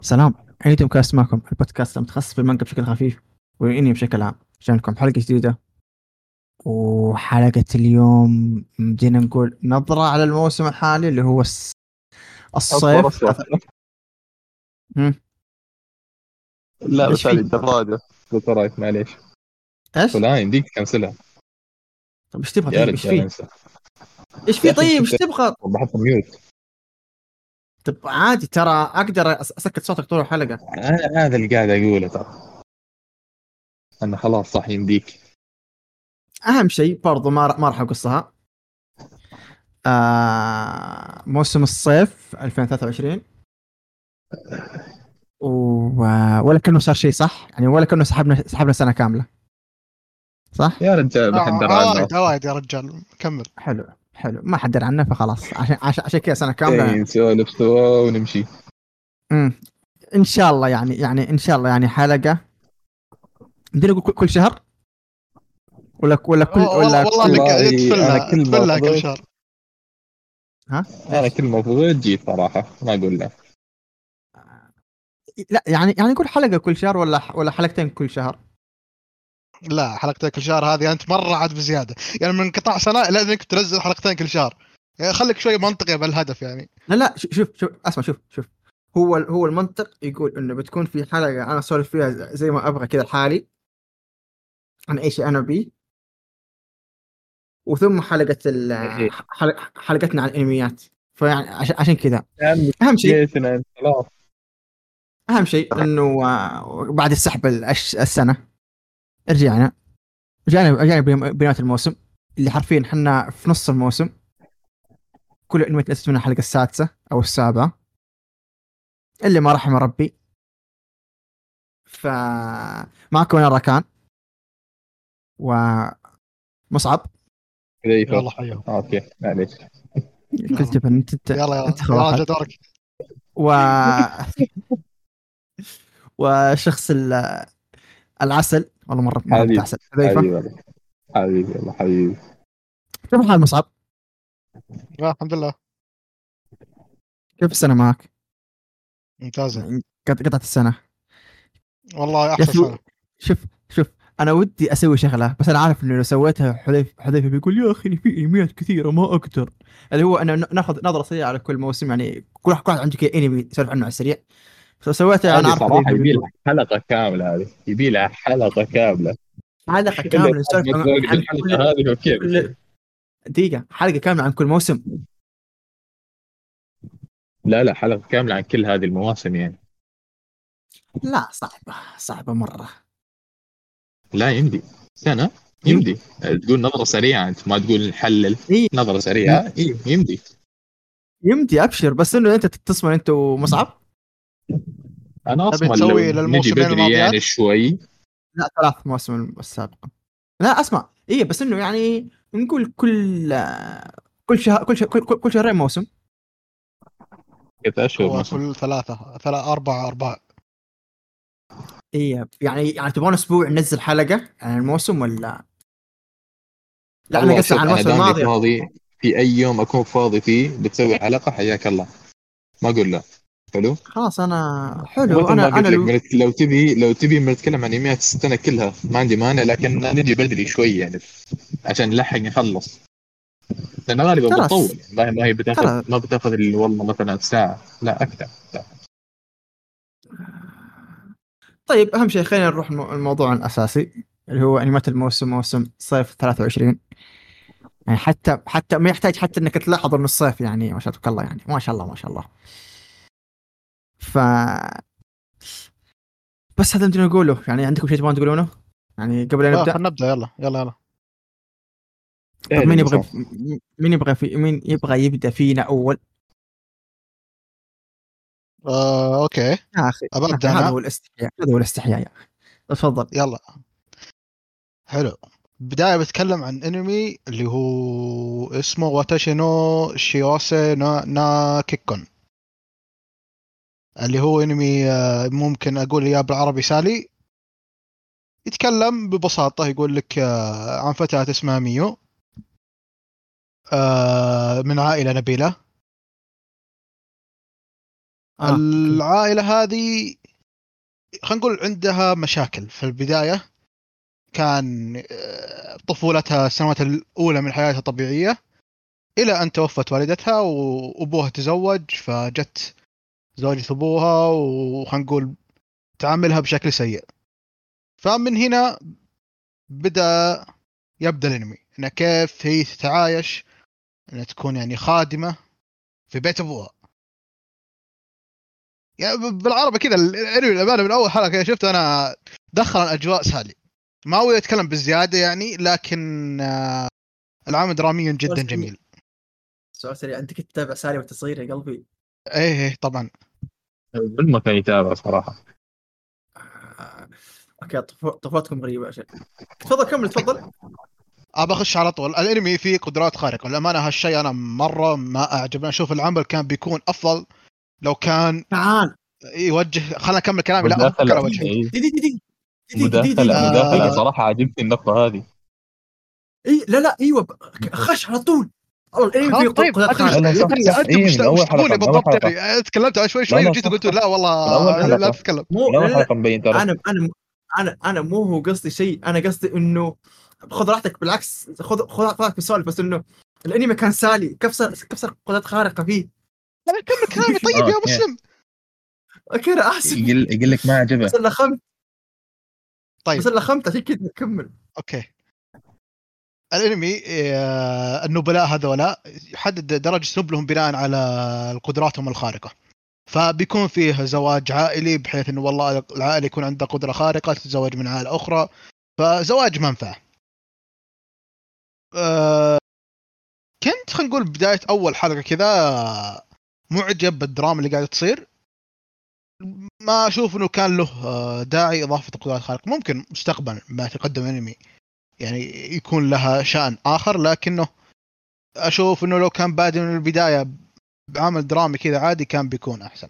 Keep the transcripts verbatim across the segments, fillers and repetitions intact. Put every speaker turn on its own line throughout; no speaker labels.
سلام. عيدكم كاست معكم البودكاست المتخصص في المانجا بشكل خفيف والانمي بشكل عام. عشان لكم حلقة جديدة، وحلقة اليوم بدينا نقول نظرة على الموسم الحالي اللي هو الس-
اصبر
الصيف
اصبر.
ثلاثة. هم؟
لا
ايش
بس هذه
فيه؟
الدراجة قلت رايك معليش.
ايش؟
ولا يمديك تكنسلها.
طب ايش تبغى؟
يا
طيب ايش
رجال
فيه؟
انسى.
ايش
يا
فيه؟
اخي
طيب
شفت
ايش تبغى؟
بحط ميوت.
طب عادي، ترى اقدر أس- اسكت صوتك طول الحلقة.
أنا هذا اللي قاعد اقوله ترى. انا خلاص صح يمديك.
اهم شيء برضو ما ر- ما راح اقصها. آه موسم الصيف ألفين وثلاثة وعشرين، و... ولا كأنه صار شيء، صح يعني، ولا كأنه سحبنا سحبنا سنة كاملة، صح.
يا رجال
آه،
بحذر عنه.
عوايد عوايد يا رجال كمل.
حلو حلو، ما حد درى عنه فخلاص، عشان عشان, عشان كذا سنة
ايه
كاملة.
نسولف سوا ونمشي.
امم ان شاء الله يعني يعني ان شاء الله يعني حلقة. بدنا نقول كل كل شهر، ولا ولا كل
والله
ولا
والله
كل.
انك
والله انا
تفلها
كل ما
تفلها كل
فضيت
شهر.
ها
انا
ايش؟
كل ما فضيت جيت صراحة ما اقول له.
لا يعني يعني نقول حلقة كل شهر، ولا ولا حلقتين كل شهر.
لا، حلقتين كل شهر هذه انت مره عاد بزياده، يعني من انقطاع سنه الى انك تنزل حلقتين كل شهر. يعني خليك شوي منطقي بالهدف يعني.
لا لا، ش- شوف شوف اسمع، شوف شوف. هو ال- هو المنطق يقول انه بتكون في حلقة انا اسولف فيها ز- زي ما ابغى كذا لحالي، عن اي شيء انا بيه. وثم حلقة ال
ايه
حلق حلقتنا عن الانميات. فيعني عشان عشان كذا
يا عمي
اهم شيء،
جيتنا انت خلاص.
اهم شيء انه آه، بعد السحب الأش- السنه رجعنا رجعنا رجعنا بين- بينات الموسم، اللي حرفيا حنا في نص الموسم. كل انمي تأسس من الحلقه السادسه او السابعه، اللي ما رحم ربي. ف معكم انا راكان ومصعب.
كيف؟
يلا حيهم.
اوكي معليش.
كل
يلا
جبن انت انت
يلا
انت
يلا
اخر
يلا
واحد.
جا دورك.
و وشخص ال- العسل، والله مره مره
حبيبي
متعسل حذيفه.
حبيبي والله. حبيبي والله حبيبي.
كيف الحال مصعب؟
آه، الحمد لله
كيف السنه معك؟
ممتازه.
قط- قطعه السنه.
والله
يا
احسن
اخي
سنه.
شوف شوف، انا ودي اسوي شغله، بس انا عارف انه لو سويتها حذيف حذيفه بيقول يا اخي في انميات كثيره ما اقدر. اللي هو انا ناخذ نظره سريعه على كل موسم، يعني كل واحد كل واحد عنده كذا انمي يسولف عنه على السريع. بس لو سويتها انا
هذه
عارف حذيفه
صراحة يبي
بيقول
لها حلقة كاملة، هذه يبي لها حلقة كاملة.
حلقه
إلا
كامله
بعد
نسولف
ما
عن
توقف
عن
الحلقة
كل
هذه وكيف.
كل دقيقه، حلقه كامله عن كل موسم.
لا لا حلقة كاملة عن كل هذه المواسم يعني.
لا صعبه صعبه مره.
لا يمدي. سنة.
يم...
يمدي. تقول نظرة سريعة أنت ما تقول نحلل.
إيه،
نظرة
ي-
سريعة إيه يمدي.
يمدي ابشر، بس انه انت تصمم انت ومصعب.
أنا
تبي
أصلا لو
تسوي
نجي
للموسمين
بدري يعني
الماضيات؟
شوي.
لا، ثلاث مواسم السابقه. لا اسمع، ايه بس انه يعني نقول كل كل شهر كل شهر كل, كل كل شهرين موسم.
ثلاثة أشهر
هو
مثلا.
كل ثلاثه ثلاث اربع اربع.
ايه يعني يعني تبغون اسبوع ننزل حلقة عن الموسم ولا؟ لا انا
والله
قصدي عن
شوف أنا
الموسم
دامني
الماضي.
فاضي في أي يوم أكون فاضي فيه بتسوي حلقة حياك الله. ما أقول لا. حلو.
خلاص انا حلو،
ومثل ما
انا انا
قلت لك
لو
بنت- لو تبي لو تبي بنتكلم عن انميات السنه كلها ما عندي مانع، لكن نجي بدري شوي يعني عشان نلحق نخلص. لان غالبا
ترى
بتطول يعني ما هي ما هي بتاخذ
ترى
ما بتاخذ اللي والله مثلا ساعه لا اكثر. لا.
طيب اهم شيء خلينا نروح المو- الموضوع الاساسي، اللي هو انميات الموسم، موسم صيف ثلاثة وعشرين. يعني حتى حتى ما يحتاج حتى انك تلاحظ انه الصيف، يعني ما شاء الله، يعني ما شاء الله ما شاء الله. ف بس هذا اللي نقوله. يعني عندكم شيء تبغون تقولونه يعني قبل أن
اه
نبدأ؟
خلينا نبدا يلا يلا يلا.
طب
اهلا
مين يبغى
وسهلا.
مين يبغى في مين يبغى يبدأ فينا أول؟
آه، اوكي.
يا أخي
ابى
يا أخي،
ابدا
هذا
انا.
هو الاستحياء، هذا هو الاستحياء يا أخي. تفضل.
يلا حلو. بداية بتكلم عن انمي اللي هو اسمه واتاشي نو شيوسي نا, نا كيكون. اللي هو انمي آه، ممكن اقول اياه بالعربي سالي. يتكلم ببساطة يقول لك آه، عن فتاة اسمها ميو، آه، من عائلة نبيلة.
آه.
العائلة هذه خلينا نقول عندها مشاكل في البداية. كان آه، طفولتها السنوات الأولى من حياتها طبيعية إلى أن توفت والدتها وأبوها تزوج، فجت زوجة أبوها وخلينا نقول تعاملها بشكل سيء. فمن هنا بدأ يبدأ الانمي، انها كيف هي تتعايش انها تكون يعني خادمة في بيت ابوها. يعني بالعربي كذا الانمي الامانة من اول حلقة شفت انا دخل الاجواء سالي، ما هو يتكلم بالزيادة يعني، لكن آه العمل دراميا جدا جميل.
سؤال سريع، انت كنت تتابع ساري وانت صغير يا قلبي؟
ايه ايه طبعا.
ما كان يتابع صراحة.
آه. اوكي، طف- طفولتكم غريبة عشان. تفضل كمل تفضل.
ابى اخش على طول. الانمي فيه قدرات خارقة، للامانة هالشيء انا مرة ما اعجبني. اشوف العمل كان بيكون افضل لو كان
تعال
يوجه. خلنا اكمل كلامي، لا افكر
مداخلة
اوجه.
إيه.
دقيقة دقيقة دقيقة دقيقة
مداخلة
دقيقة
مداخلة
آه
صراحة عجبتني النقطة هذه.
اي لا لا ايوه ب- خش على طول. والله الانمي
خلاص
فيه
طيب،
قدرات
انت مش
لا
خارقة
لا صح
انت
يدري.
صح
انت
إيه
مش
من أول
مش
حلقة
تبوني
من أول
بالضبط
حلقة.
يعني. تكلمت على شوي
لا
شوي
لا
وجيت
صح
قلت
صح
لا
من أول
والله لا, لا
حلقة
تتكلم.
مو
من
لا
أول
لا
حلقة مبين ترى.
انا انا انا انا مو هو قصدي شيء، انا قصدي انه خذ راحتك، بالعكس خذ خذ راحتك بالسؤال، بس انه الانمي كان سالي، كسر كسر قدرات خارقة فيه.
انا اكمل كلامي طيب
آه
يا
أوكي.
مسلم.
اوكي انا اسف.
يقول يقول لك ما عجبه.
بس لخمت بس
طيب
لخمت عشان كذا كمل.
اوكي. الانمي آه، النبلاء هذولا يحدد درجة نبلهم بناء على قدراتهم الخارقة. فبيكون فيه زواج عائلي، بحيث انه والله العائلة يكون عنده قدرة خارقة تتزوج من عائلة اخرى، فزواج منفعة. أه كنت خلينا نقول بداية اول حلقة كذا معجب بالدراما اللي قاعدة تصير. ما اشوف انه كان له آه، داعي اضافة قدرات خارقة. ممكن مستقبلا ما تقدم انمي يعني يكون لها شأن اخر، لكنه اشوف انه لو كان بادئ من البداية بعمل درامي كذا عادي كان بيكون احسن.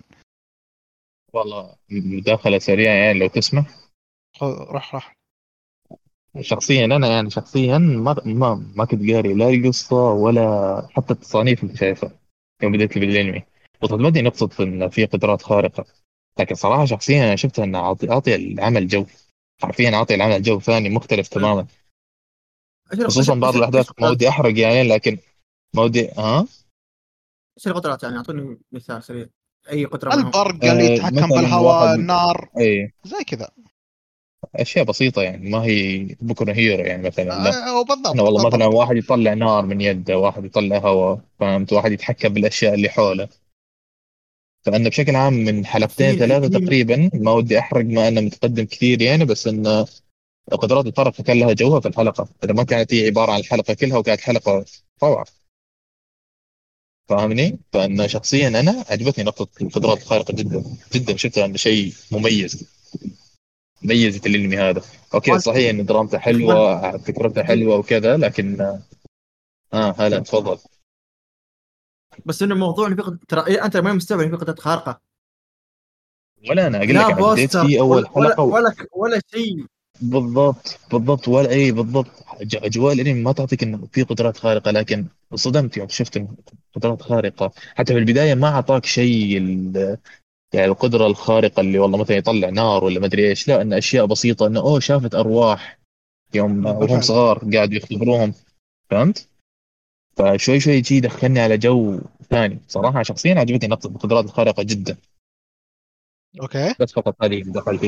والله مداخلة سريعة يعني لو تسمح.
خ- راح راح
شخصيا أنا يعني شخصيا ما ما ما كنت قاري لا القصة ولا حتى التصانيف اللي شايفها يوم بديت بالأنمي. وتبدي نقطة إن في قدرات خارقة، لكن صراحة شخصيا أنا شفتها إن أعطي أعطي العمل جو، حرفيا أعطي العمل جو ثاني مختلف تماما.
ايش الق- ايش
خصوصا بعض
ايش
الأحداث
ايش
ما
القدرات
ودي أحرق يعني، لكن ما ودي ها.
ايش القدرات يعني؟ اعطوني مثال سريع، اي قدرة منهم.
البرق اللي
آه
يتحكم
مثلا
بالهواء،
واحد.
النار،
أي
زي كذا.
أشياء بسيطة يعني ما هي بكرة هيرو يعني مثلا لا.
آه،
أنا
وبالضبط
والله مثلا
بالضبط.
واحد يطلع نار من يده، واحد يطلع هواء، فهمت، واحد يتحكم بالأشياء اللي حوله. فأنا بشكل عام من حلقتين
في
ثلاثة
في
تقريبا ما ودي أحرق ما أنا متقدم كثير يعني، بس إن قدرات الخارقة كان لها جوها في الحلقة، إذا ما كانت هي عبارة عن الحلقة كلها وكانت حلقة روعة. فاهمني؟ فأنا شخصيا أنا عجبتني نقطة القدرات الخارقة جدا جدا، شفتها أنه شيء مميز، ميزت الانمي هذا. اوكي
وأنا-
صحيح ان درامته
يا اخي وانا
حلوه فكرته
دقيقة.
حلوه وكذا، لكن اه هلا تفضل.
بس انه موضوع انه في قد... ترى إيه، انت ما مستوعب انه في قدرات خارقة.
ولا انا اقول
لا
لك انا بديت
بوستر
فيه اول
ولا ولا
حلقه و...
ولا, ولا شيء.
بالضبط بالضبط ولا اي بالضبط. أج- اجواء الانمي ما تعطيك انه في قدرات خارقه، لكن انصدمت يوم شفت إنه قدرات خارقه. حتى في البدايه ما اعطاك شيء ال... يعني القدره الخارقه اللي والله مثلا يطلع نار ولا ما ادري ايش، لا ان اشياء بسيطه انه اوه شافت ارواح يوم وهم
بالفعل.
صغار قاعدوا يختبروهم. فهمت؟ فشوي شوي يجي يدخلني على جو ثاني. صراحة شخصيا عجبتني نقطة القدرات الخارقة جدا.
اوكي.
بس فقط هذه اللي دخل فيه.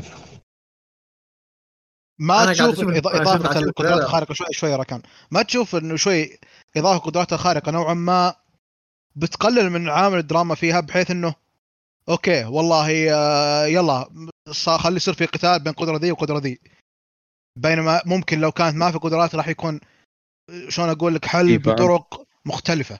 ما
انا قاعد
تشوف
اشوف
إن إض-
اشوف
اضافه
اشوف لا
القدرات
لا
الخارقه شوي شوي ركان، ما تشوف انه شوي اضافه قدرات الخارقه نوعا ما بتقلل من عامل الدراما فيها، بحيث انه اوكي والله آه، يلا صار خلي يصير في قتال بين قدره ذي وقدره ذي، بينما ممكن لو كانت ما في قدرات راح يكون شلون اقول لك حل
اي فهمت.
بطرق مختلفه.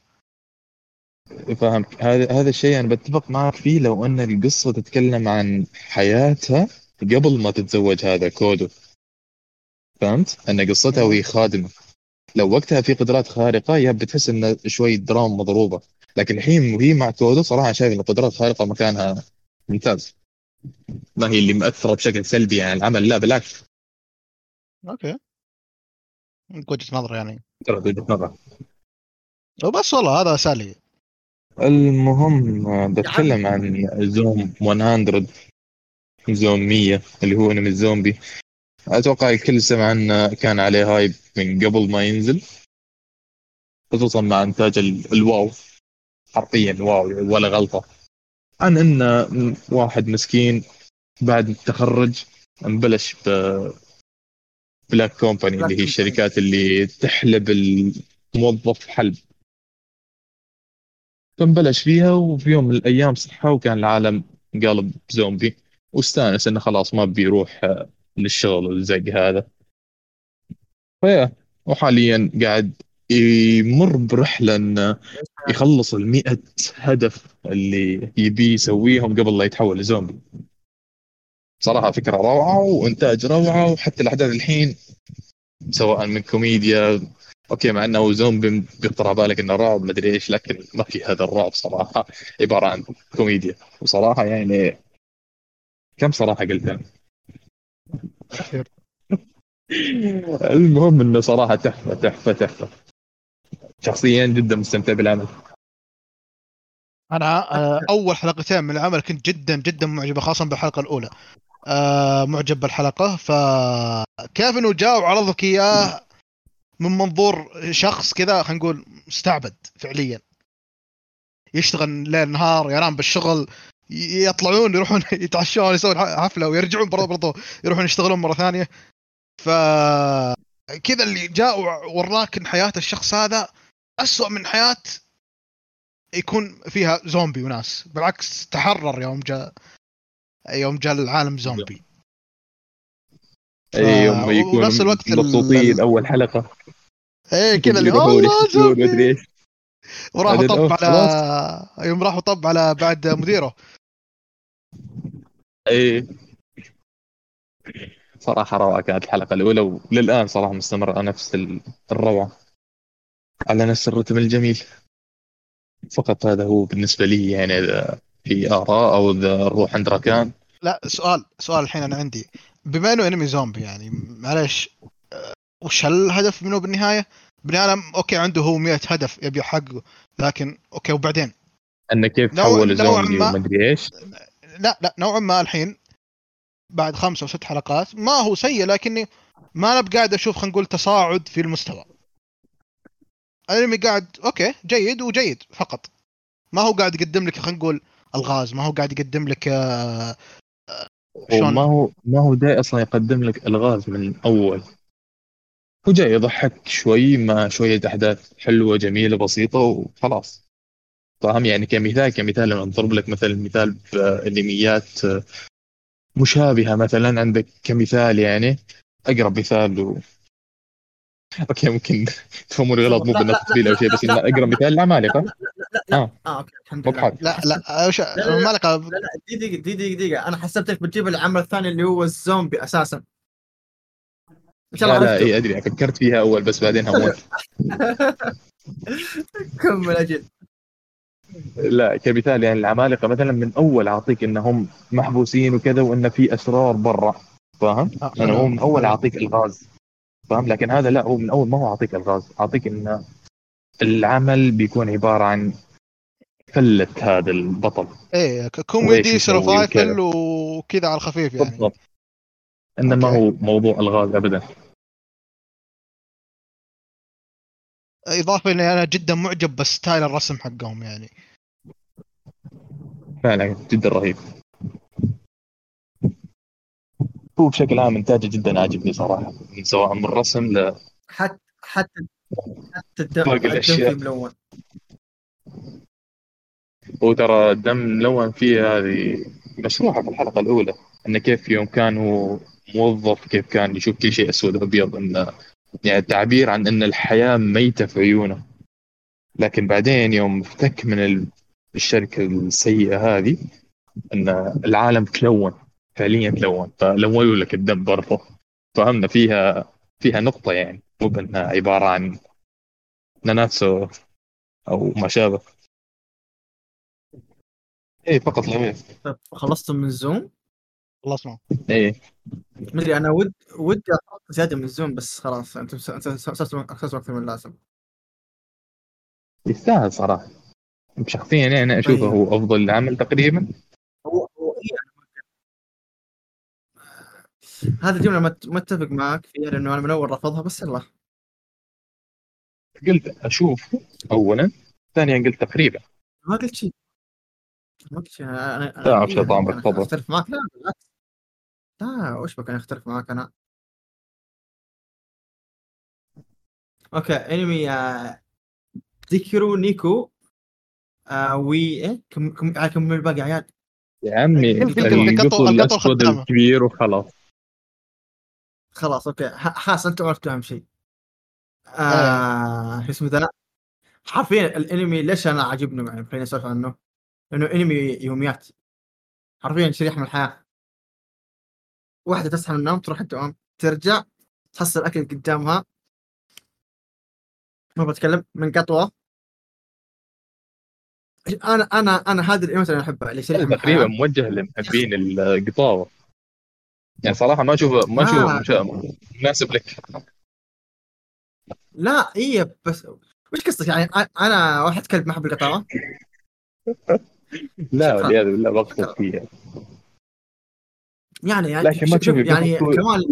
فهمت هذا هذا الشيء انا بتفق معك فيه لو ان القصة تتكلم عن حياتها قبل ما تتزوج هذا كودو. فهمت ان قصتها
مم.
وهي خادمة. لو وقتها في قدرات خارقة يا بتحس انه شوي دراما مضروبة، لكن الحين وهي مع كودو صراحة شايف ان القدرات الخارقة مكانها ممتاز. ما هي اللي مأثرة بشكل سلبي يعني العمل، لا بالعكس.
اوكي، وجهه نظر يعني.
ترى وجهة نظر.
وبس والله هذا سالي.
المهم آه،
يا عم
بتكلم عن زوم مية، زوم مية اللي هو انمي الزومبي. اتوقع الكل سمع عنه، كان عليه هايب من قبل ما ينزل، خصوصا مع انتاج ال- الواو. حرفيا واو ولا غلطة. عن انه واحد مسكين بعد التخرج انبلش ببلاك كومباني،
بلاك
اللي هي
كومباني.
الشركات اللي تحلب الموظف حلب. فانبلش فيها، وفي يوم من الايام صحى وكان العالم قالب زومبي، واستانس انه خلاص ما بيروح آه، للشغل والزق هذا. فيا وحاليا قاعد يمر برحلة انه يخلص المئة هدف اللي يبي يسويهم قبل لا يتحول لزومبي. صراحة فكرة روعة وإنتاج روعة، وحتى الأحداث الحين سواء من كوميديا، أوكي مع أنه زومبي بيخطر على بالك إنه رعب مدري إيش، لكن ما في هذا الرعب صراحة، عبارة عن كوميديا. وصراحة يعني كم صراحة قلت أنا.
كثير.
المهم إنه صراحة تحفة تحفة تحفة. شخصيا جدا مستمتع بالعمل.
انا آه، اول حلقتين من العمل كنت جدا جدا معجبه، خاصه بالحلقه الاولى. آه، معجب بالحلقه، فكيف انه جاء وعرض لك اياه من منظور شخص كذا، خلينا نقول مستعبد فعليا، يشتغل ليل نهار، ينام بالشغل، ي- يطلعون يروحون يتعشون، يسوون حفله ويرجعون برضه برضه يروحون يشتغلون مره ثانيه. ف كذا اللي جاء وراك ان حياه الشخص هذا أسوأ من حياه يكون فيها زومبي وناس. بالعكس تحرر يوم جاء يوم جاء العالم زومبي. ف
أي يوم
ونفس
يكونوا
الوقت ال...
مبسوطين
ال...
أول حلقة
ايه كذا اللي
يروحون
والله
يحفلون مدري
زومبي.
إيش،
وراحوا
بعدين
طب
أوه
على
خلاص.
يوم راحوا طب على بعد مديره.
أي صراحة روعة كانت الحلقة الأولى، وللآن صراحة مستمرة على نفس ال- الروعة، على نفس الرتم الجميل. فقط هذا هو بالنسبة لي، يعني إذا في آراء أو إذا نروح عند ركان.
لا، سؤال سؤال الحين انا عندي، بما انه انمي زومبي يعني معليش، وش الهدف منه بالنهايه؟ بالنهايه اوكي عنده هو مئة هدف يبي يحققه، لكن اوكي وبعدين
أن كيف
نوع
تحول
نوعا
زومبي
ما.
ومدري إيش.
لا لا، نوعا ما الحين بعد خمسة او ست حلقات ما هو سيء، لكني ما انا بقاعد اشوف خلينا نقول تصاعد في المستوى. الانمي قاعد اوكي جيد وجيد فقط، ما هو قاعد يقدم لك خلينا نقول الغاز، ما هو قاعد يقدم لك آه،
هو ما
شلون.
هو ما هو داي أصلا يقدم لك ألغاز من أول. هو جاي يضحك شوي مع شوية أحداث حلوة جميلة بسيطة وخلاص. فاهم يعني؟ كمثال كمثال لما نضرب لك مثلا مثال بأنميات مشابهة، مثلا عندك كمثال يعني، أقرب مثال و... أوكي ممكن تفهموني غلط،
صبر،
مو
لا
بأنه
لا لا
تطبيل أو
لا
شيء،
لا
بس إنه
لا لا
أقرب مثال العمالقة.
لا لا لا لا.
آه
اه اوكي الحمد
مو
لله.
بحال.
لا
حسبت.
لا وش
لا لا لا
ما لك.
لا لا دي دقيقة دي دقيقة دقيقة، انا حسبتك بتجيب العمل الثاني اللي هو الزومبي اساسا. ان شاء
لا
الله
لا
عرفته.
إي أدري، فكرت فيها أول بس بعدين هموت.
كمل اجل.
لا كمثال يعني العمالقة مثلا من أول أعطيك إنهم محبوسين وكذا، وإن في أسرار برا. فاهم؟
آه
يعني هو
حلو
من أول
حلو.
أعطيك الغاز. فاهم؟ لكن هذا لا، هو من أول ما هو أعطيك الغاز، أعطيك إن العمل بيكون عبارة عن فلة هذا البطل
ايه ك-
وإيش
كوميدي
يسوي وكذا.
سرفايفل وكذا على الخفيف يعني.
بالضبط. إنما
اوكي.
هو موضوع ألغاز أبدا.
اضافه اني انا جدا معجب بستايل الرسم حقهم يعني.
فعلا جدا رهيب. هو بشكل عام إنتاجه جدا عاجبني صراحة، من سواء من الرسم
حتى حتى حتى الدم
لباقي
الدم فيه
الأشياء.
ملون.
وترى الدم ملون فيه، هذه مشروحة في الحلقة الأولى، إنه كيف يوم كان هو موظف كيف كان يشوف كل شيء أسود وأبيض، إنه يعني تعبير عن إن الحياة ميتة في عيونه. لكن بعدين يوم افتك من ال- الشركة السيئة هذه، إن العالم تلون، فعليا تلون، فلونوا لك الدم برضه. فهمنا فيها فيها نقطة يعني، مو بأنها عبارة عن ناناتسو أو ما شابه. إيه فقط لا غير.
طيب خلصتم من الزوم؟
خلصنا.
إيه
مدري انا ود ودي احط زياده من الزوم، بس خلاص انتم س- انتم اساسا اكثر من اللازم.
يستاهل صراحة. شخصيا يعني انا اشوفه
طيب
هو افضل عمل تقريبا.
هو هو إيه هذه الجملة مت- متفق معك فيها لأنه أنا من أول رفضها، بس يلا.
قلت اشوف اولا، ثانيا قلت تقريبا.
ما قلت شيء، ما قلت شيء. أنا أنا, أنا
تعرف
إيه
شيطان
ممكن
بالتفضل.
أختلف معك؟ لا بالعكس. لا وش بك أنا أختلف معك أنا. أوكي أنمي آه، ديكيرو نيكو آه وي إيه كم كم آه، كم الباقي يا عيال.
يا عمي
قلت قلت لك
القطو
القطو القطو
الاسود
الخدامه.
الكبير وخلاص.
خلاص أوكي ح- خلاص أنتم عرفتوا أهم شيء.
ايه
آه شو اسمه ذا. حرفيا الانمي ليش انا عاجبني يعني خليني اسولف عنه. لانه انمي يوميات، حرفيا شريحه من الحياه. واحده تصحى من النوم تروح الدوام ترجع تحصل اكل قدامها، ما بتكلم من قطوه. انا انا انا هذه الانمي اللي احبها اللي شريحه من
تقريبا
الحياه.
موجه لمحبين القطاوه، يعني صراحه ما اشوفه ما اشوفه
ما
مش مناسب لك.
لا هي بس وش قصتك يعني؟ انا واحد كلب ما احب القطاوه.
لا
شكرا
والعياذ بالله بقصد
شكرا.
فيها.
يعني يعني
لكن ما
شوف
تشوف
شوف
القطه
يعني
تقول،
كمان.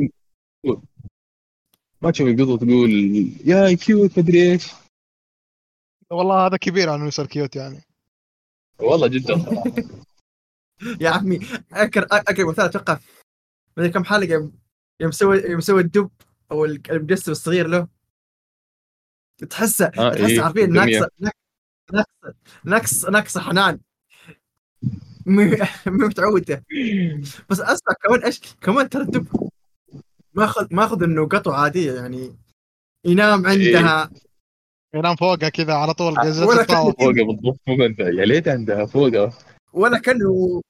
ما تشوف القطه تقول يا كيوت مدري ايش.
والله هذا كبير على انه يصير كيوت يعني.
والله جدا صراحه.
يا عمي اكر اكر مثال اتوقع من كم حلقه يوم يوم مسوي يوم مسوي الدب او المجسم الصغير له، تحسه
اه
تحسه
ايه
حرفيا
الدميه.
ناقصه ناقص ناقص ناقص حنان. مو مو متعوده. بس اسمع كمان ايش كمان ترى الدب ماخذ ماخذ انه قطوه عاديه يعني ينام
ايه
عندها
ينام فوقها كذا على طول جالسة
ولا كانه
تتفاوض.
كذا،
فوقه بالضبط، مو عندها، يا ليت عندها فوقه
ولا كانه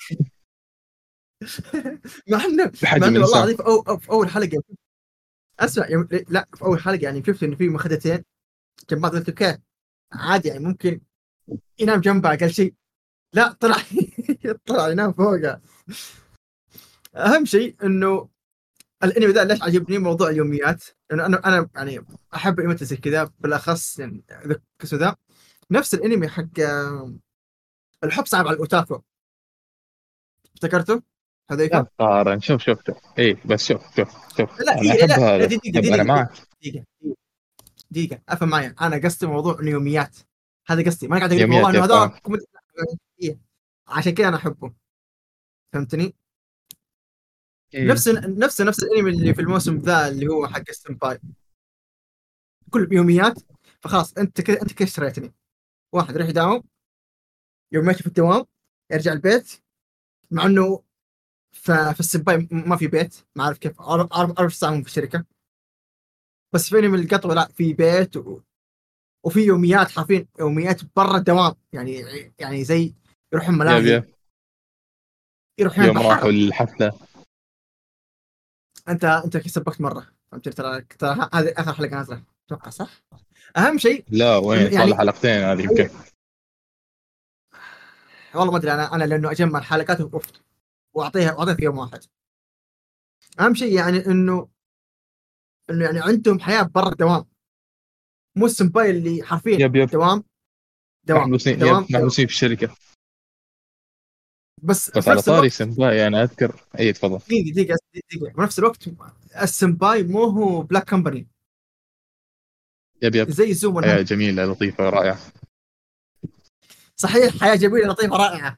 مع انه مع
بحجم
انه والله
انسان.
العظيم في, أو أو في اول حلقه اسمع يوم- لا في اول حلقه يعني شفت انه في مخدتين جنب بعض، قلت اوكي عادي يعني ممكن ينام جنبها اقل شيء. لا طلع طلع ينام فوقها. اهم شيء انه الانمي ذا ليش عجبني موضوع اليوميات، لانه انا انا يعني احب الانميات زي كذا بالاخص يعني ذا كسو ذا نفس الانمي حق آه، الحب صعب على الاوتاكو، افتكرته
لا
حذيفه.
تقارن، شوف شفته ايه، بس شوف شوف شوف
لا
انا
دقيقه،
احب
لا لا
هذا،
دقيقه
أحب انا
دقيقه
معك.
دقيقه دقيقه دقيقه افهم معي. انا قصدي موضوع اليوميات، هذا قصدي. ما قاعد اقول لك والله
يوميات يا
انه هذا
فاهم.
كوميدي. إيه. عشان كذا انا احبه، فهمتني؟
أمم.
نفس نفس نفس الانمي اللي في الموسم ذا اللي هو حق السنباي، كل يوميات. فخلاص انت كذا انت كذا اشتريتني. واحد يروح يداوم، يوم ماشي في الدوام يرجع البيت، مع انه ف- في السباي ما في بيت، ما اعرف كيف أربع أربع ساعة هم في الشركة. بس في من القطوة لا في بيت و... وفي يوميات حرفيا يوميات برا الدوام يعني. يعني زي يروحون
يب
ملاهي،
يب.
يروحون
يوم راحوا
البحر.
الحفله.
انت انت سبقت مرة، فهمت؟ ترى ترى هذه اخر حلقة نازلة اتوقع صح؟ اهم شيء
لا وين،
انه
صار له
يعني
حلقتين هذه يمكن.
والله ما ادري انا انا لانه اجمع الحلقات وأفت- واعطيها واعطيها في يوم واحد. اهم شيء يعني انه انه يعني عندهم حياه برا الدوام، مو السمباي اللي حرفيا
يب يب.
دوام دوام
محبوسين، يب
دوام دوام.
محبوسين في الشركه.
بس
بس
في
على
نفس
طاري
الوقت
سنباي انا اذكر، اي تفضل.
دقيقه دقيقه دقيقه، في نفس الوقت السمباي مو هو بلاك كمباني
يب يب.
زي زوم
حياه
والهمك.
جميله لطيفه رائعه.
صحيح حياه جميله لطيفه رائعه.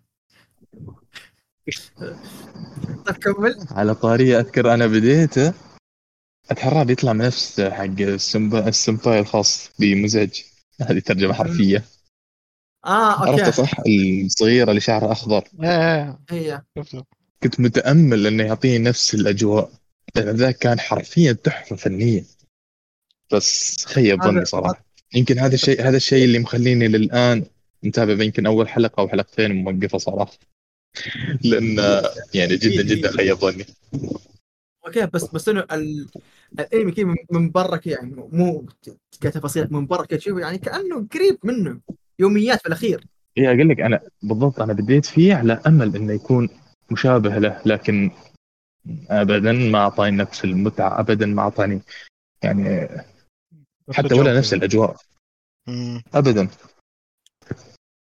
طيب كمل.
على طاري اذكر انا بديته، اتحرى بيطلع من نفس حق السمبا السمباي الخاص بمزعج. هذه ترجمه حرفيه.
اه
عرفت
اوكي.
صح، الصغيره اللي شعرها اخضر.
ايه ايه
هي
شفته.
كنت متامل انه يعطيني نفس الاجواء، لان ذاك كان حرفيا تحفه فنيه. بس خيب ظني
هذا
صراحه. يمكن هذا الشيء هذا الشيء اللي مخليني للان متابع يمكن اول حلقه او حلقتين وموقفه صراحه. لان يعني جدا
دقيقه
جدا
دقيقه
خيب ظني.
اوكي. بس بس انه ال... الانمي كذا من من برا كذا يعني مو كتفاصيل من برا كذا تشوفه يعني كانه قريب منه، يوميات في الاخير.
ايه اقول لك انا بالضبط، انا بديت فيه على امل انه يكون مشابه له، لكن ابدا ما اعطاني نفس المتعه، ابدا ما اعطاني يعني
نفس
حتى
الجو
ولا نفس
كذا.
الاجواء.
مم.
ابدا.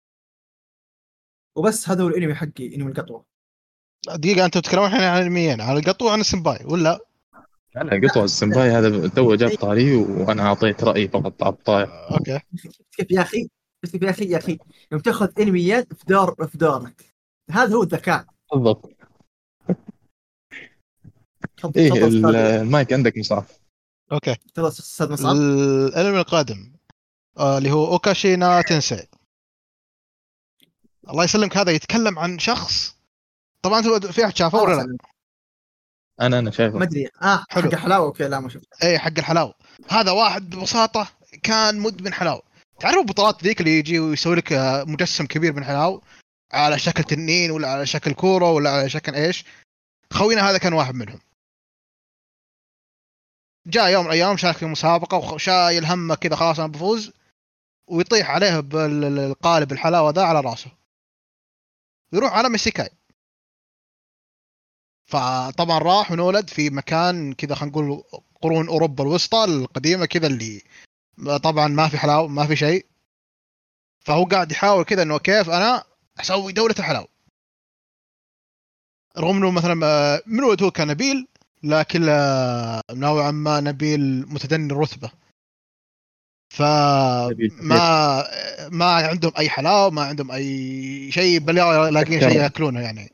وبس. هذا هو الانمي حقي، انمي القطوه.
دقيقه، انتم تتكلمون الحين عن انميين، عن القطو وعن السنباي ولا؟
انا قطع السنباي هذا تو جاب طاري وانا اعطيت رايي فقط على الطاير.
آه، اوكي.
كيف يا اخي؟ بس كيف يا اخي يا اخي يوم تاخذ انميات في دار في دارك، هذا هو الذكاء.
بالضبط.
تفضل
ايه
تفضل
ال-
استاذ.
المايك عندك مصعب.
اوكي،
تفضل استاذ مصعب.
الانمي القادم آه، اللي هو اوكاشينا تنسي. الله يسلمك، هذا يتكلم عن شخص، طبعا انتم في احد شافه ولا لا؟
انا انا شايفه.
ما ادري. اه
حلو.
حق حلاوه. اوكي لا ما شفت.
اي حق الحلاوه. هذا واحد ببساطه كان مدمن حلاوه. تعرفوا البطولات ذيك اللي يجي ويسوي لك آه، مجسم كبير من حلاوه على شكل تنين ولا على شكل كوره ولا على شكل ايش؟ خوينا هذا كان واحد منهم. جاء يوم من الايام شارك في مسابقه وشايل همه كذا، خلاص انا بفوز، ويطيح عليه بالقالب الحلاوه ذا على راسه، يروح على ميسيكاي. فطبعا راح ونولد في مكان كذا، خلينا نقول قرون اوروبا الوسطى القديمه كذا، اللي طبعا ما في حلاوه ما في شيء. فهو قاعد يحاول كذا انه كيف انا اسوي دوله الحلاوه، رغم انه مثلا آه، من ولد هو كان نبيل، لكن آه، نوعا ما نبيل متدني الرتبه. فما ما عندهم اي حلاوه، ما عندهم اي شيء، بل لاقين شيء ياكلونه يعني.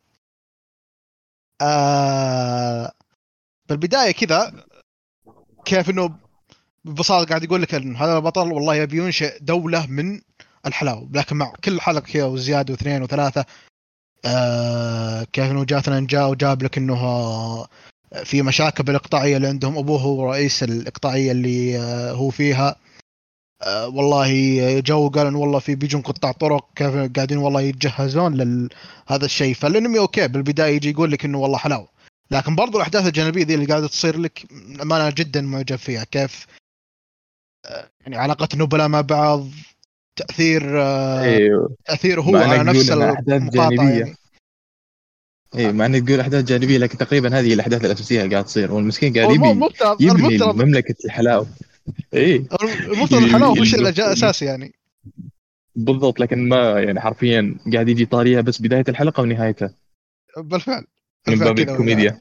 آه بالبدايه كذا كيف انه ببساطه قاعد يقول لك ان هذا البطل والله يبي ينشئ دوله من الحلاوه، لكن مع كل حلقه كذا وزياده واثنين وثلاثه آه كيف انه جاتنا جاء وجاب لك انه في مشاكل بالاقطاعيه اللي عندهم، ابوه هو رئيس الاقطاعيه اللي آه هو فيها. آه والله جو قال انه والله في بيجون قطاع طرق كيف قاعدين والله يتجهزون لهذا الشيء. فالانمي اوكي بالبدايه يجي يقول لك انه والله حلاوه، لكن برضو الاحداث الجانبيه دي اللي قاعده تصير لك امانه جدا معجب فيها. كيف آه يعني علاقه النبلاء مع بعض، تاثير آه
ايوه
تاثير هو
معنى
على
تقول
نفس
انها احداث
المقاطع
جانبيه.
يعني.
اي معنى تقول احداث جانبيه لكن تقريبا هذه الاحداث الاساسيه اللي قاعد تصير، والمسكين
هو
قاعد
الم-
يبي
المفترض
يبني
المفترض
مملكه الحلاوه. اي
المفترض الحلاوه مش الاساسي يعني.
بالضبط، لكن ما يعني حرفيا قاعد يجي طاريها بس بدايه الحلقه ونهايتها
بالفعل
من
بالفعل
باب
كذا
الكوميديا.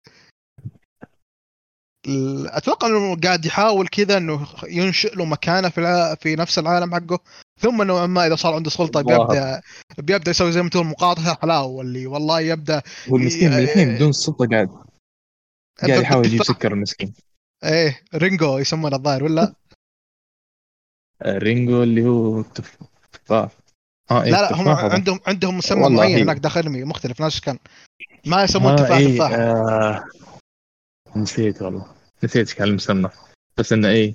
اتوقع انه قاعد يحاول كذا انه ينشئ له مكانه في الع... في نفس العالم حقه، ثم نوعا ما اذا صار عنده سلطه
ظاهر
بيبدا بيبدا يسوي زي ما تقول مقاطعه حلاوه، واللي والله يبدا
والمسكين من الحين بدون سلطه قاعد قاعد يحاول يجيب
بالتفاح.
سكر المسكين.
ايه رينجو يسمونه الظاهر ولا؟
آه، رينجو اللي هو التفاح. اه ايه
لا لا، هم
التفاح هذا.
عندهم عندهم مسمى
والله
معين هناك
هي
داخل المي مختلف ناس كان ما يسمون
ها
تفاح
ايه
تفاح.
آه نسيت والله، نسيت كان المسمى، بس انه ايه.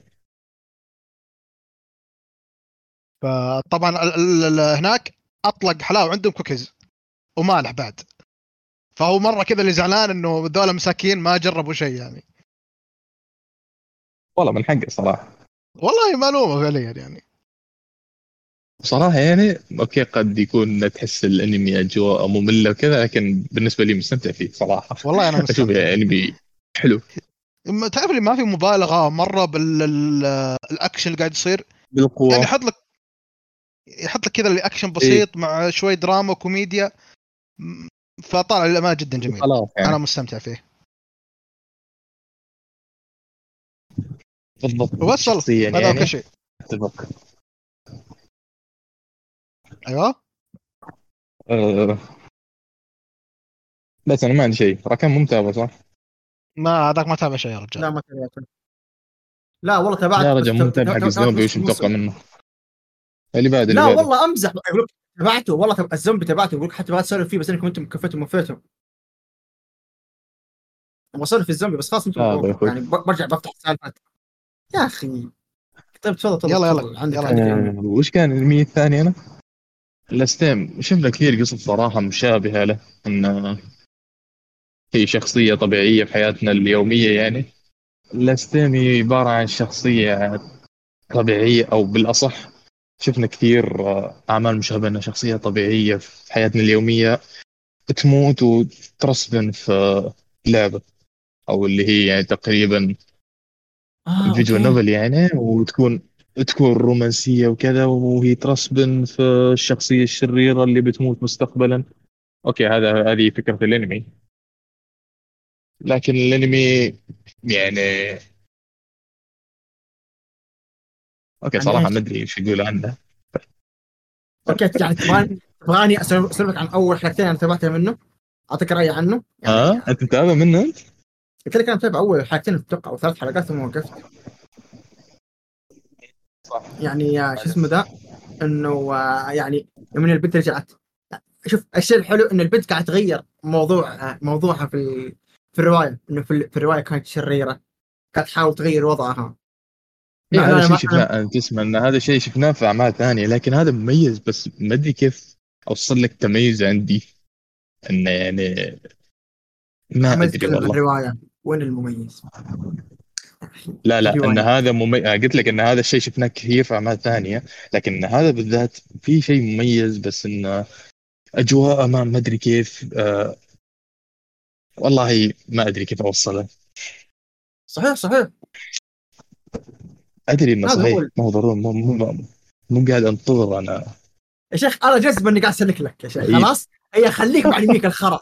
فطبعا ال- ال- ال- هناك اطلق حلاوه عندهم كوكيز ومالح بعد، فهو مره كذا اللي زعلان انه ذولا مساكين ما جربوا شيء يعني.
والله من حقه صراحه.
والله معلومه فعليا يعني.
بصراحه يعني اوكي قد يكون تحس الانمي اجواء ممله وكذا، لكن بالنسبه لي مستمتع فيه صراحه.
والله انا
اشوف
مستمتع.
انمي حلو
ما تعرف اللي ما في مبالغه مره بالاكشن اللي قاعد يصير، يعني
بالقوه.
يحط لك يحط لك كذا الاكشن
ايه
بسيط مع شوي دراما وكوميديا، م- فطالع للامانه جدا جميل.
خلاص
انا
يعني.
مستمتع فيه.
بالضبط
وبس والله
شخصيا
هذا هو كل
يعني
شيء.
اتفق.
ايوه
أه بس انا ما عندي شيء، ترى كان ممتع صح.
ما هذاك ما تابع شيء يا رجال.
لا ما تابعت. لا والله تابعت
يا
بس
رجل
ت-
مو
ت-
متابع حق
ت- تابعت
الزومبي،
نص
وش متوقع
الموسم.
منه؟ اللي بعده اللي
لا
بعده
والله امزح، اقول لك تابعته والله. تب... الزومبي تابعته، اقول لك حتى بعد اسولف فيه، بس انكم انتم كفيتوا ومفيتوا. ابغى اسولف في الزومبي بس خلاص
هذا يا
انتم
اخوي.
يعني ب- برجع بفتح السالفه يا اخي. طيب تفضل تفضل
يلا يلا
تفضل. عندك
يلا.
عندك انمي.
أه وش كان الانمي الثاني انا؟ الستيم شفنا كثير قصص صراحه مشابهه له، ان هي شخصيه طبيعيه في حياتنا اليوميه يعني. الستيم هي عباره عن شخصيه طبيعيه، او بالاصح شفنا كثير آه، اعمال مشابهه، انها شخصيه طبيعيه في حياتنا اليوميه تموت وترسبن في لعبه، او اللي هي يعني تقريبا
اه
فيجوال
اوكي.
نوفل يعني، وتكون تكون رومانسية وكذا، وهي ترسبن في الشخصية الشريرة اللي بتموت مستقبلا. اوكي، هذا هذه فكرة الانمي. لكن الانمي يعني، اوكي
يعني
صراحة
ايش؟
ما ادري ايش اقول عنه.
اوكي، يعني تبغاني تبغاني اسولف أسولف لك عن اول حلقتين انا تابعتها منه، اعطيك رايي عنه يعني.
ها، انت متابع منه انت؟
قلت لك انا متابع اول حلقتين اتوقع او ثلاث حلقات ثم وقفت.
صح.
يعني آه، شو اسمه ذا، انه آه، يعني من البنت رجعت. شوف الشيء الحلو ان البنت قاعده تغير موضوع آه، موضوعها في ال... في الروايه، انه في, ال... في الروايه كانت شريره، كانت تحاول تغير وضعها.
اي
مع انه
هذا
انا
شيء
ما انا
شفناه، انت تسمع ان هذا شيء شفناه في اعمال ثانية، لكن هذا مميز، بس ما ادري كيف اوصل لك تميز عندي انه يعني، ما
محمد
ادري
يتكلم عن
والله.
الروايه، وين المميز؟
لا لا، ان
الروايه
هذا ممي... قلت لك ان هذا الشيء شفناه كثير في اعمال ثانيه، لكن هذا بالذات في شيء مميز، بس انه اجواء ما ما ادري كيف آه... والله ما ادري كيف اوصله.
صحيح صحيح.
ادري انه
هذا هو
صحيح،
ال...
ما هو ضروري، مو مو مو قاعد انتظر انا.
يا شيخ انا جزم اني قاعد اسلك لك يا شيخ،
عيد.
خلاص هي خليك مع يميك الخرا.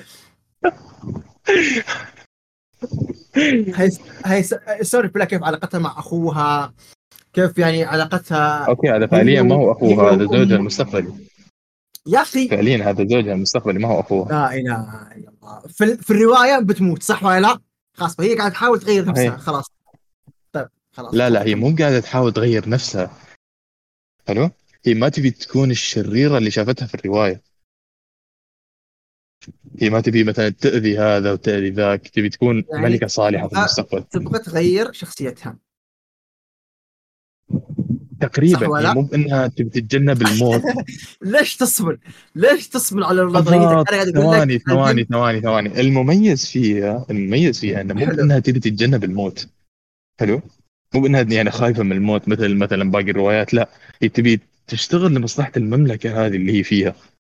هي هي ستوري بلا كيف علاقتها مع اخوها، كيف يعني علاقتها
اوكي، هذا فعليا
هي
ما
و...
هو
هي
اخوها، هذا زوجها
وامه.
المستقبلي.
يا اخي
فعليا هذا زوجها المستقبلي، ما هو اخوها.
لا اله الا الله، في, ال... في الروايه بتموت صح ولا لا؟ خلاص فهي قاعده تحاول تغير نفسها
صحيح.
خلاص. طيب خلاص
لا لا،
تفضل
هي
كمل.
مو قاعده تحاول تغير نفسها. حلو. هي ما تبي تكون الشريره اللي شافتها في الروايه. هي ما تبي مثلا تأذي هذا وتأذي ذاك، تبي تكون
يعني
ملكة صالحة في
تبغى
المستقبل.
تبغى تغير شخصيتها صح
تقريبا
ولا
هي
لا؟
مو بأنها تبي تتجنب الموت.
ليش تصبر؟ ليش تصبر على نظريتك؟
بالضبط.
انا قاعد اقول لك
ثواني ثواني
البنت
ثواني ثواني، المميز فيها المميز فيها انه مو
حلو.
بأنها تبي تتجنب الموت. حلو. مو بأنها يعني خايفة من الموت مثل مثلا باقي الروايات، لا. هي تبي تشتغل لمصلحة المملكة هذه اللي هي فيها.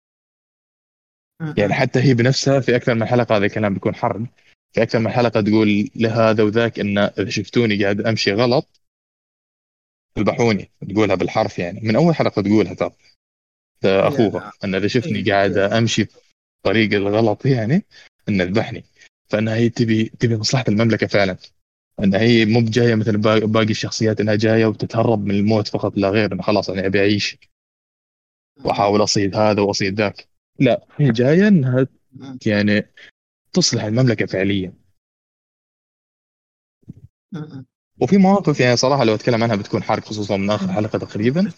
يعني حتى هي بنفسها في أكثر من حلقة، هذا الكلام بيكون حرب، في أكثر من حلقة تقول لهذا وذاك إن إذا شفتوني قاعد أمشي غلط اذبحوني، تقولها بالحرف يعني، من اول حلقه تقولها ترى.
هي
اخوها ان اذا شفتني
هي
قاعد
هي
امشي في طريق الغلط يعني، ان اذبحني. فانها هي تبي تبي مصلحه المملكه فعلا. ان هي مو بجايه مثل با- باقي الشخصيات انها جايه وتتهرب من الموت فقط لا غير، انه خلاص انا ابي اعيش واحاول اصيد هذا واصيد ذاك. لا، هي جايه انها يعني تصلح المملكه فعليا. وفي مواقف يعني صراحه لو اتكلم عنها بتكون حرق، خصوصا من اخر حلقه تقريبا.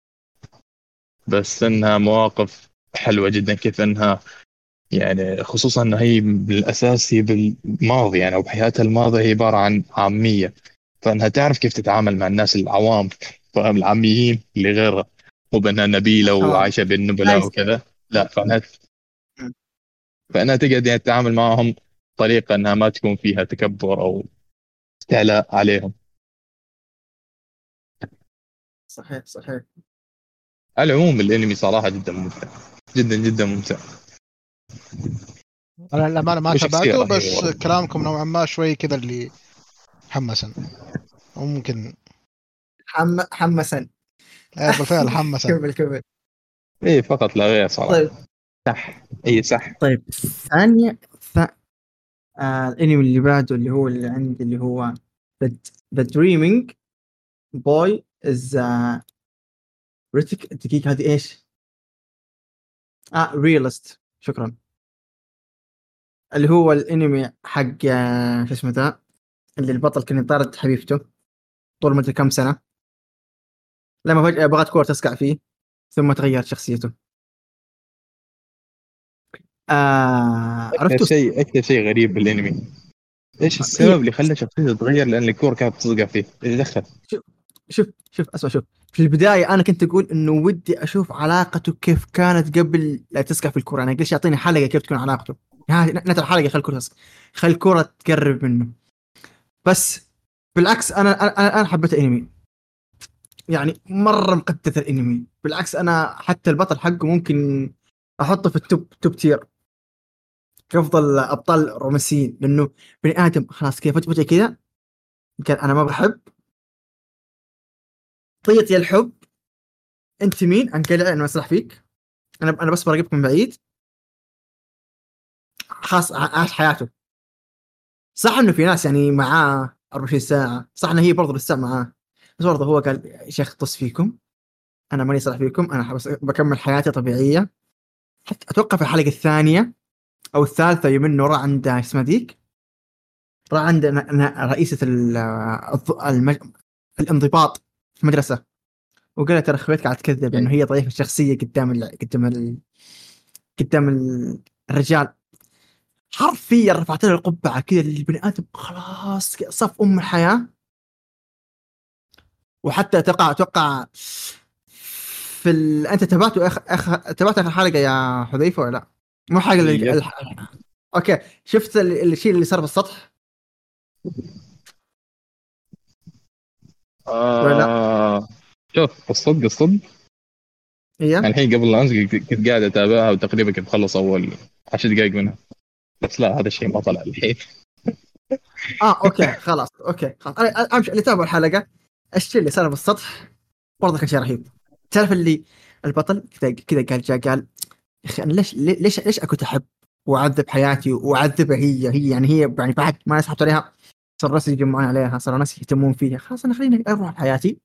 بس انها مواقف حلوه جدا، كيف انها يعني، خصوصا انه هي بالاساس هي بالماضي يعني، او بحياتها الماضيه هي عباره عن عاميه. فانها تعرف كيف تتعامل مع الناس العوام، فاهم، العاميين اللي غيرها. مو بانها نبيله
تمام.
وعايشه بين النبلاء
نايس.
وكذا. لا، فانها فانها تقعد يعني تتعامل معهم بطريقه انها ما تكون فيها تكبر او استعلاء عليهم.
صحيح صحيح.
على العموم الانمي صراحه جدا ممتع، جدا جدا ممتع.
انا للامانه ما
وشخصيه
تابعته،
رهيبه
بس
برضه.
كلامكم نوعا ما شوي كذا اللي حمسن، او ممكن
حم... حمسا.
آه، بالفعل حمسن.
كمل كمل.
ايه فقط لا غير صراحه.
طيب
صح. اي صح.
طيب ثانية ث... آه... الانمي اللي بعده اللي هو اللي عندي اللي هو The, The Dreaming Boy is uh... ريتك دقيقة هذه ايش؟ اه ريالست، شكرا. اللي هو الانمي حق آه... شو اسمه ذا، اللي البطل كان يطارد حبيبته طول مدة كم سنة، لما فجأة بغت كورة تسقع فيه ثم تغيرت شخصيته. آه...
اكثر
عرفتوا؟
شيء اكثر شيء غريب بالانمي، ايش
هي
السبب اللي خلى شخصيته تتغير؟ لان الكوره كانت تصقع فيه، ايش دخل؟
شوف شوف شوف اسمع شوف. في البداية أنا كنت أقول إنه ودي أشوف علاقته كيف كانت قبل لا تسقع في الكرة. أنا قلت يعطيني حلقة كيف تكون علاقته، ها نتر الحلقة خل الكرة تسقع، خل الكرة تقرب منه. بس بالعكس أنا أنا أنا حبيت الأنمي، يعني مرة مقدس الأنمي. بالعكس أنا حتى البطل حقه ممكن أحطه في التوب توب تير كأفضل أبطال رومانسيين، لأنه بني آدم خلاص كيف فجأة كذا قال أنا ما بحب طيط يا الحب انت مين؟ انقلع انا مسرح فيك، انا انا بس براقبك من بعيد. خاص عاش حياته. صح انه في ناس يعني معاه أربعة وعشرين ساعه، صح انه هي برضه لسه معاه، بس برضه هو قال يا شيخ طص فيكم، انا ماني صالح فيكم، انا بس بكمل حياتي طبيعيه. حتى اتوقع في الحلقه الثانيه او الثالثه يوم انه راح عند اسمها ذيك، راح عند ن- ن- رئيسه ال- الض- المج... الانضباط في المدرسه، وقالت ترى خويتك قاعد تكذب انه هي ضعيفه الشخصيه قدام ال... قدام ال... قدام ال- الرجال. حرفيا رفعت له القبعه كذا للبني ادم، خلاص صف ام الحياه. وحتى اتوقع اتوقع في ال... انت تابعته اخ اخ تابعت اخر حلقه يا حذيفه ولا لا؟ مو حاجه اللي...
يب.
الح... اوكي، شفت ال- الشيء اللي صار بالسطح ولا لا؟
آه شوف الصدق الصدق
هي
يعني الحين قبل لا انزل كنت قاعد اتابعها وتقريبا كنت مخلص اول عشر دقائق منها، بس لا هذا الشيء ما طلع الحين.
اه اوكي خلاص اوكي خلاص، انا أنا امشي اللي تابع الحلقه. الشيء اللي صار بالسطح برضه كان شيء رهيب. تعرف اللي البطل كذا كذا قال جاء قال يا اخي انا ليش ليش ليش اكنت احب واعذب حياتي واعذبها هي هي يعني هي يعني بعد ما ناس حطوا عليها، صار ناس يجمعون عليها، صار ناس يهتمون فيها، خلاص انا خليني اروح بحياتي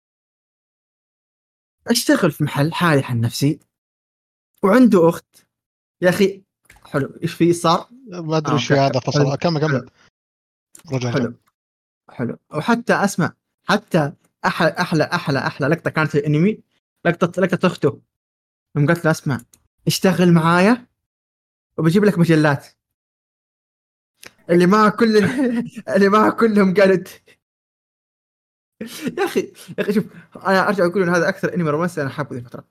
اشتغل في محل حالي عن نفسي. وعنده اخت يا اخي. حلو، ايش في صار؟
ما ادري
اه
ايش في
اوكي
هذا
حلو
فصل. كمل كمل.
حلو
رجع رجع.
حلو حلو. وحتى اسمع، حتى احلى احلى احلى احلى لقطه كانت في الانمي، لقطه لقطه اخته يوم قالت له اسمع اشتغل معايا وبجيب لك مجلات. اللي معها كل اللي معها كلهم قالت يا اخي يا اخي شوف، انا ارجع اقول ان هذا اكثر انمي رومانسي انا حابه ذي الفتره.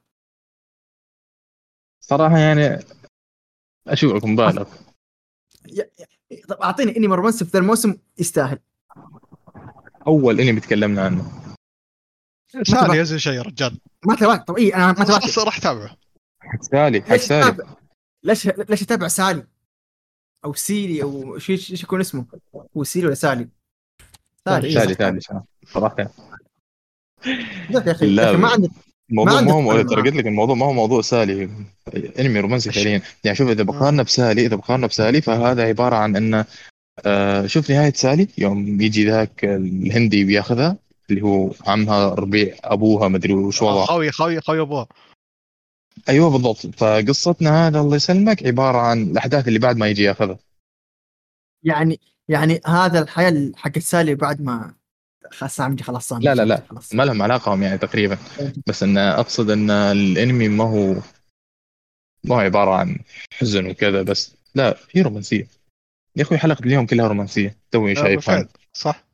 صراحه يعني اشوفك مبالغ.
يا- يا- طب اعطيني انمي رومانسي في ذا الموسم يستاهل.
اول انمي تكلمنا عنه
سالي
تبع-
ينزل شيء يا رجال.
ما تابعت. طب اي انا ما تابعت.
خلاص راح اتابعه.
حق سالي حق
ليش
سالي
تتابع؟ ليش ليش تتابع سالي او سيري او شيء ايش يكون اسمه؟ هو سيري ولا سالي؟ سالي اي
سالي
صح
سالي
سالي.
صراحه.
لا يا اخي يا اخي ما
لا
عندك ما
الموضوع ما
عندك
هو
طول
ترى
معاه.
قلت لك الموضوع ما هو موضوع سالي، انمي رومانسي
أش...
فعليا. يعني شوف اذا
آه.
بقارنه بسالي اذا بقارنه بسالي فهذا عباره عن انه آه شوف نهايه سالي يوم يجي ذاك الهندي بياخذها اللي هو عمها ربيع ابوها مدري وش
آه،
وضعه.
خوي خوي خوي ابوه.
ايوه بالضبط. فقصتنا هذا الله يسلمك عباره عن الاحداث اللي بعد ما يجي ياخذها.
يعني يعني هذا الحياة حق سالي بعد ما خلاص عمدي خلاص صار
لا لا
جامد
لا
خلاص.
ما لهم علاقه يعني تقريبا. بس ان اقصد ان الانمي ما هو ما هو عباره عن حزن وكذا بس، لا في رومانسيه يا اخوي. حلقه اليوم كلها رومانسيه توي
آه،
شايفها
بالفعل
انت.
صح.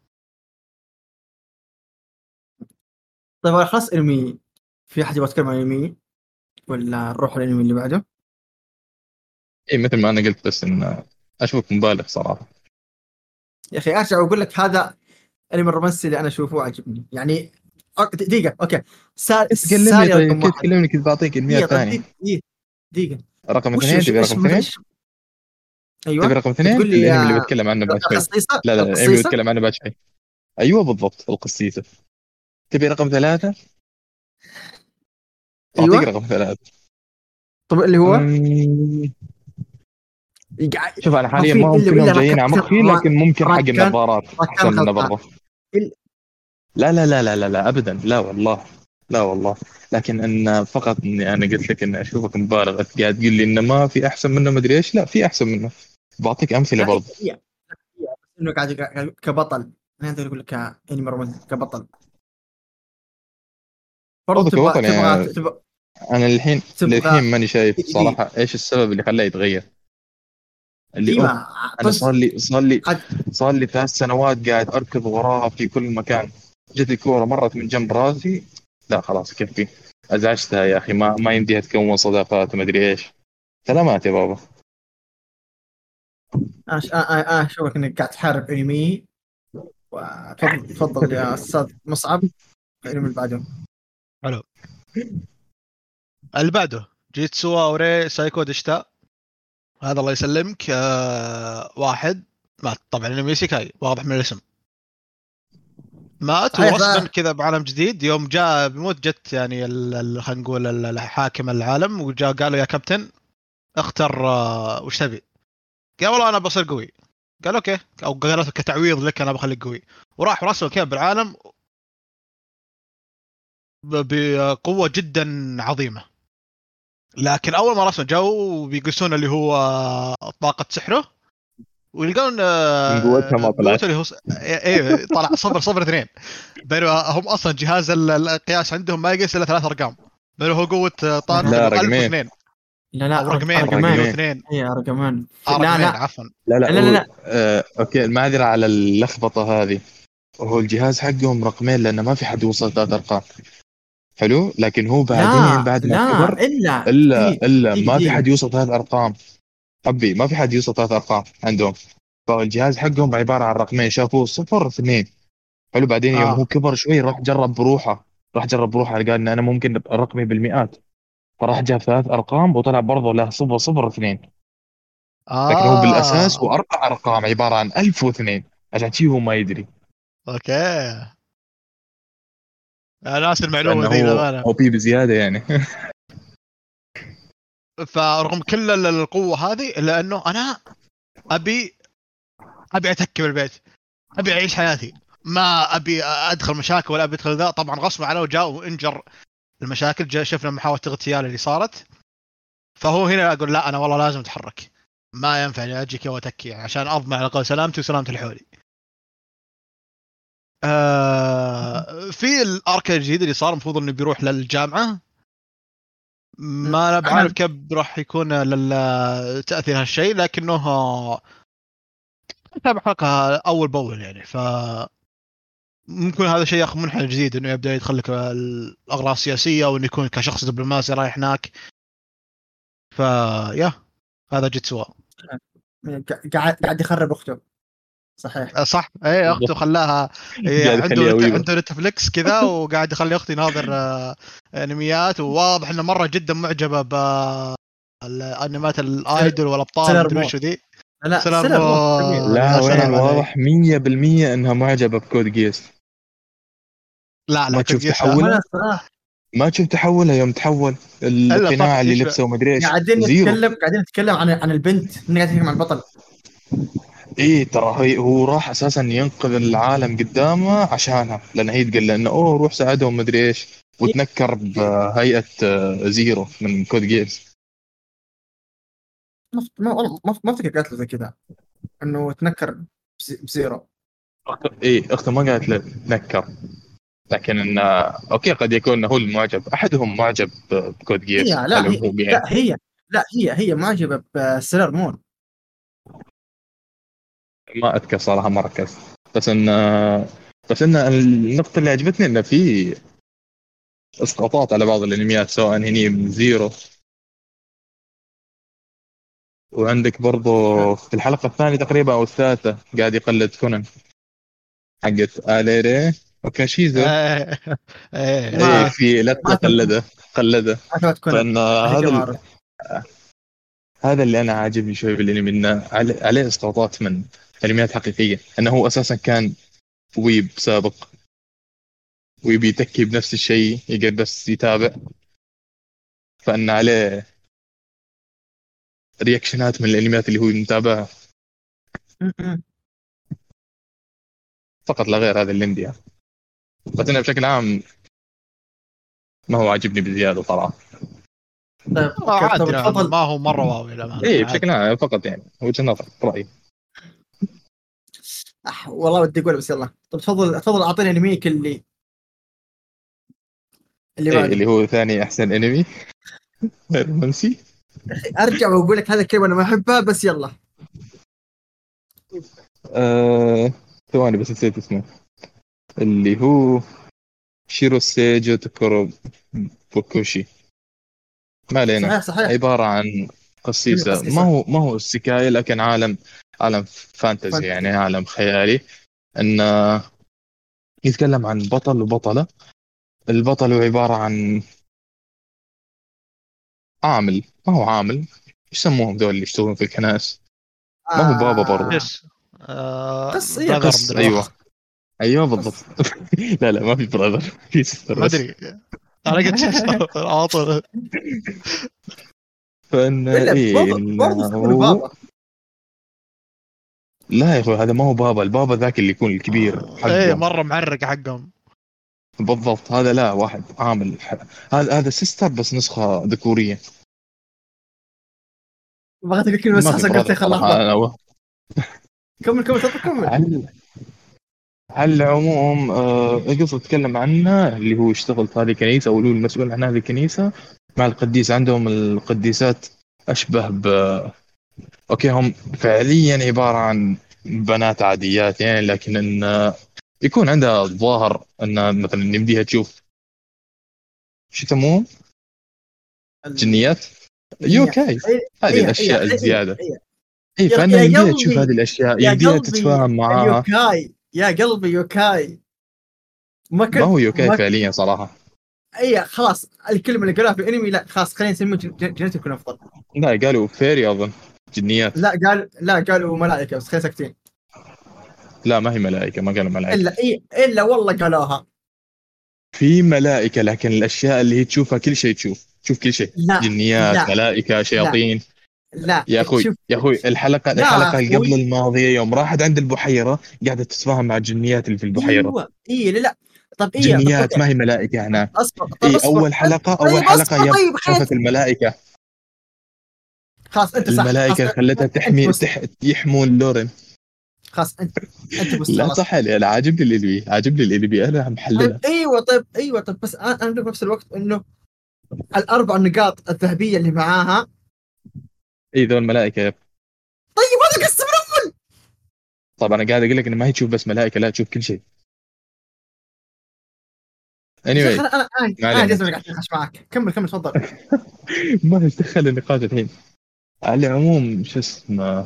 طيب أنا خلاص انمي، في احد يبغى يتكلم عن انمي ولا نروح الانمي اللي بعده؟
اي مثل ما انا قلت بس ان اشوفك مبالغ صراحه.
يا اخي ارجع واقول لك هذا انمي الرومانسي اللي انا اشوفه عجبني يعني. أوك- دقيقة اوكي. سال...
كيف تكلمني
سالي
طيب
رقم
كيف
واحد.
تكلمني كيف بعطيك انميات
دقيقة طيب
ثانيه.
دقيقة دقيقة دقيقة.
رقم
وش
اثنين
وش
تبي
ايش
رقم اثنين
مثل
تبي
ايوه
رقم اثنين
بتقول لي
الانمي اللي
آه،
بتكلم عنه بعد شوي.
القصيصة
لا لا الانمي اللي
القصيصة.
بتكلم عنه بعد شوي. ايوه بالضبط القصيصه. تبي رقم ثلاثة اعطيك
ايوه
رقم ثلاثة.
طب اللي هو
أمم،
يقع-
شوف انا حاليا
حرفيا
ما هم
الا
كلهم
الا
جايين
ركان
على مخي لكن ممكن حق
ركان
النظارات
ركان
احسن من
غلطان.
برضه. لا لا لا لا لا لا ابدا لا والله. لا والله. لكن ان فقط اني انا قلت لك ان اشوفك مبالغ قاعد تقول لي انه ما في احسن منه مدري ايش. لا في احسن منه. بعطيك امثله
لا
برضه.
هي هي بس انه قاعد قاعد- كبطل. انا اقدر اقول لك كانمي رومانسي كبطل برضو
برضه
تبغى
كبطل
تبغى
يعني.
تبغى
انا الحين
تبغى
للحين ماني شايف
دي
صراحه ايش السبب اللي خلاه يتغير. اللي
دي
اوه
ما
انا صار
طز
لي صار لي
عاد.
صار لي ثلاث سنوات قاعد اركض وراه في كل مكان. جت الكوره مرت من جنب راسي. لا خلاص كفي. ازعجتها يا اخي ما ما يمديها تكون صداقات ما ادري ايش. سلامات يا بابا.
انا ش- انا أنا اشوفك انك قاعد تحارب انمي. وتفضل تفضل يا استاذ مصعب الانمي اللي بعده.
حلو. اللي بعده جيتسو اوري سايكو ديشتا. هذا الله يسلمك آه واحد ما طبعا انمي سيكاي واضح من الاسم. مات
صحيح،
ورسما
ف-
كذا بعالم جديد. يوم جاء بموت جت يعني ال- ال- خلينا نقول ال- الحاكم العالم، وجاء قالوا يا كابتن اختر آه، وش تبي؟ قال والله انا بصير قوي. قال اوكي، او قال له كتعويض لك انا بخليك قوي. وراح ورسل كذا بالعالم ب- بقوه جدا عظيمه. لكن اول ما رسم جو بيقيسون اللي هو طاقه سحره، ويلقون
من قوتها ما
آه،
طلعت.
قوته اللي هو ص- ايه طلع صفر صفر اثنين. بينما هم اصلا جهاز ال- القياس عندهم ما يقيس الا ثلاث ارقام، بينما هو قوه آه، طاقته
لا
اللي هو
رقمين.
ألف واثنين.
لا لا،
او
رق-
رقمين،
رقمين.
اثنين
رقمين.
واثنين.
هي رقمين في...
اه
لا
رقمين
لا
عفوا.
لا لا
لا لا
هو
لا,
آه اوكي المعذرة على اللخبطة هذه. هو الجهاز حقهم رقمين لانه ما في حد وصل ثلاث ارقام. حلو، لكن هو بعدين
لا
بعد ما
لا
كبر
الا
الا
دقيقة
الا
دقيقة
ما في
دقيقة.
حد يوصل ثلاث ارقام. حبي ما في حد يوصل ثلاث ارقام عندهم. فالجهاز حقهم عباره عن رقمين، شافوه صفر اثنين. حلو، بعدين يوم هو
اه
كبر شوي راح جرب بروحه. راح جرب بروحه قال ان انا ممكن رقمي بالمئات. فراح جاب ثلاث ارقام وطلع برضه له صفر صفر اثنين. لكن هو بالاساس هو
اه
اربع ارقام عباره عن ألف واثنين. عشان شي هو ما يدري.
اوكي. انا ناس المعلومه
فانه
ذي
هو
للامانه.
او بي بزياده يعني.
فرغم كل ال- القوه هذه الا انه انا ابي ابي اتكي بالبيت، ابي اعيش حياتي، ما ابي ادخل مشاكل ولا ابي ادخل ذا. طبعا غصب عنه جاء وانجر المشاكل، جاء شفنا محاولة اغتيال اللي صارت. فهو هنا اقول لا انا والله لازم اتحرك، ما ينفع اني اجي كذا واتكي يعني عشان اضمن على الاقل سلامتي وسلامة اللي حولي. آه في الارك الجديد اللي صار المفروض انه بيروح للجامعة. ما انا بعرف
انا
كيف راح يكون تاثير هالشيء، لكنه تابع حلقة اول باول يعني. ف ممكن هذا شيء ياخذ منحنى جديد، انه يبدا يدخل لك الاغراض السياسيه، وانه يكون كشخص دبلوماسي رايح هناك. ف يا هذا جيت سوا.
قاعد قاعد يخرب اخته. صحيح.
آه، صح، اي اخته خلاها. إيه،
قاعد
عنده
يخليها
نت...
ويبه.
عنده نتفليكس كذا، وقاعد يخلي اختي ناظر آه، انميات، وواضح انه مره جدا معجبه بالانميات الايدول والابطال
سيلر
مدري
مون.
وش ذي.
لا لا،
سيلر
سيلر مون جميل.
مون،
لا
يا
وين
سلام
واضح
عليك.
مية بالمية انها معجبه بكود جيس.
لا لا
ما
كود
تشوف
جيس لا.
تحولها.
انا صراحة
ما تشوف تحولها يوم تحول
الا
القناع
طق
اللي
ايش
لبسه ومدري ايش
قاعدين
زيرو.
نتكلم قاعدين نتكلم عن عن البنت، إنه قاعد نتكلم عن البطل.
ايه ترى هي هو راح اساسا ينقذ العالم قدامه عشانها، لان هي تقول له انه اوه روح ساعدهم مدري ايش. وتنكر بهيئه آه، زيرو من كود جيمز.
ما ما والله ما ما افتكر قالت له زي كذا انه تنكر بز- بزيرو.
ايه اخته ما قالت له تنكر. لكن انه اوكي قد يكون هو المعجب، احدهم معجب بكود
هي
جيس
لا هي
العموم
لا
يعني.
هي لا هي هي معجبه بسيلر مون.
ما اذكر صراحه ما ركزت. بس انه بس ان النقطه اللي عجبتني انه في اسقاطات على بعض الانميات سواء هني من زيرو. وعندك برضو في الحلقة الثانية تقريبا أو الثالثة قاعد يقلد كونان حقت آليري وكاشيزو.
ايه ايه
إيه
ما
في لقطة
ما تم-
قلده قلده.
ما تبغى تكون.
فإن
عشان
هذا
كذا ما
ال...
اعرف.
هذا اللي أنا عاجبني شوي بالأنمي، إنه عليه عليه إسقاطات من أنميات حقيقية. إنه هو أساسا كان ويب سابق، ويب يتكي بنفس الشيء يقدر بس يتابع. فإن عليه رياكشنات من الأنميات اللي هو متابعها
م- م.
فقط لا غير. هذا اللي عندي يعني. بس أنا بشكل عام ما هو عاجبني بزيادة صراحة.
طيب
آه،
اوكي، طب
عادي نوعاً ما،
تفضل.
ما هو مره واو للامانه
ايه
عادي.
بشكل عام فقط يعني وجهة نظر رأيي.
أح والله ودي اقول بس يلا. طب تفضل تفضل اعطيني انميك اللي اللي
ايه
بعده.
اللي هو ثاني احسن انمي رومانسي.
ارجع واقول لك هذا الكلمه انا ما احبها بس يلا.
آه... ثواني بس نسيت اسمه. اللي هو شيرو سيجو تكورو بوكوشي. ما علينا.
صحيح صحيح.
عبارة عن
من
قصيصة. ما
قصيصه
هو ما هو السكاي لكن عالم عالم فانتزي يعني
فانتزي.
عالم خيالي. انه يتكلم عن بطل وبطلة. البطل هو عبارة عن عامل. ما هو عامل. يسموهم ذول اللي يشتغلون في الكنائس. ما هو بابا برضه.
آه...
يس آه
قص هي
براذر
قس
مدري وش.
ايوه.
قص
ايوه بالضبط. لا لا ما في براذر، في سيستر
ما
بس.
ادري، انا قلت سيستر على طول.
فان
الا
ايه
برضه برضه
انه
يستخدمون بابا.
لا يا اخوي هذا ما هو بابا، البابا ذاك اللي يكون الكبير
ايه
حقهم.
مره معرق حقهم.
بالضبط، هذا لا واحد عامل ح- هذا هذا سيستر بس نسخة ذكورية.
بغيت اقول كلمه بس
ما في
حسن قلت
براذر
خل
صراحة
لحظه.
أنا.
كمل كمل تفضل كمل.
على على العموم آه، قصة أتكلم عنه اللي هو يشتغل في هذه الكنيسة، أو اللي هو المسؤول عن هذه الكنيسة مع القديس. عندهم القديسات أشبه ب أوكي، هم فعليا عبارة عن بنات عاديات يعني، لكن إن يكون عندها ظاهر أن مثلا نمديها تشوف شو يسموهم جنيات،
الجنيات.
يوكاي،
اي
هذه
اي اي
الأشياء
اي
الزيادة.
اي
اي
يا
فانا
يا
يمديها تشوف هذه
قلبي،
الاشياء،
يا
يمديها
قلبي
تتفاهم معاها.
اليوكاي، يا قلبي يوكاي. ما
ما
كنت
هو يوكاي
ما ك...
فعليا صراحه.
اي خلاص الكلمه اللي قالوها في الانمي، لا خلاص خلينا نسميه جن- جن- جنات يكون افضل.
لا قالوا فيري اظن، جنيات.
لا قال لا قالوا ملائكه بس خلينا ساكتين.
لا ما هي ملائكه، ما قالوا ملائكه.
الا اي الا والله قالوها.
في ملائكه لكن الاشياء اللي هي تشوفها كل شيء، تشوف تشوف كل شيء،
لا
جنيات،
لا
ملائكه،
لا
شياطين.
لا
يا اخوي
تشوف.
يا اخوي الحلقه
يا
الحلقه اللي قبل
اخوي
الماضيه يوم راحت عند البحيره قاعده تتفاهم مع الجنيات اللي في البحيره.
ايوه اي لا لا. طب ايه طب
جنيات
اوكي.
ما هي ملائكه هنا.
اصبر طب
اي
اصبر
اول
انت.
حلقه اول
طيب
حلقه
اصبر
يب
طيب خلينا.
شافت الملائكه.
خلاص انت صح خلاص.
الملائكه خلتها
انت
تحمي
بس
تح... يحمون لورين.
خلاص انت انت بس
لا
خلاص.
صح علي، انا عاجبني الانمي، عاجبني الانمي، انا
طيب
محللها.
ايوه طيب ايوه طيب بس انا انا في نفس الوقت انه الاربع نقاط الذهبيه اللي معاها.
اي ذول الملائكه يب.
طيب هذا قسم الاول.
طب انا قاعد اقول لك انه ما هي تشوف بس ملائكه، لا تشوف كل شيء.
يا اخي
anyway
انا انا انا
ما
انا
علينا.
جزمة قاعد اتناقش معك. كمل كمل تفضل.
ما نتدخل النقاش الحين. على العموم شو اسمه،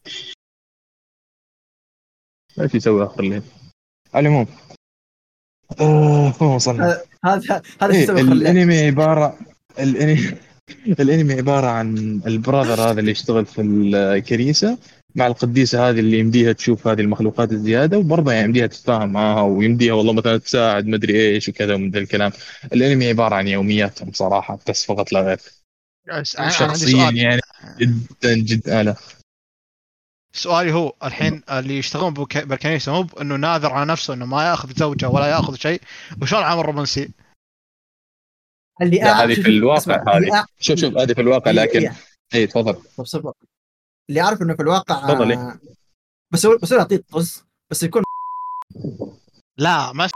ايش يسوي اخر الليل. على العموم آه وين وصلنا؟
هذا هذا هذا شو
ايه
يسوي اخر الليل.
الانمي عباره الانمي الانمي عباره عن البراذر هذا اللي يشتغل في الكنيسه مع القديسه هذه اللي يمديها تشوف هذه المخلوقات الزياده، وبرضه يعني يمديها تتفاهم معاها، ويمديها والله مثلا تساعد مدري ايش وكذا ومن ذا الكلام. الانمي عباره عن يومياتهم صراحه بس فقط لا غير.
بس انا أنا عندي
وشخصيا
سؤال.
يعني جدا جدا لا.
سؤالي هو الحين اللي يشتغلون بك- بالكنيسه مو انه ناذر على نفسه انه ما ياخذ زوجه ولا ياخذ شيء، وشلون عامل رومانسي؟
اللي
لا
أع...
هذه
شوف
في
شوف اسمع
الواقع،
اللي
هذه
أع...
شوف شوف هذه في الواقع
هي
لكن.
هي
اي تفضل.
طب صبر. اللي اعرف انه في الواقع
تفضل ايه.
آه، بس هو بس هو يعطيه طز بس يكون.
لا ما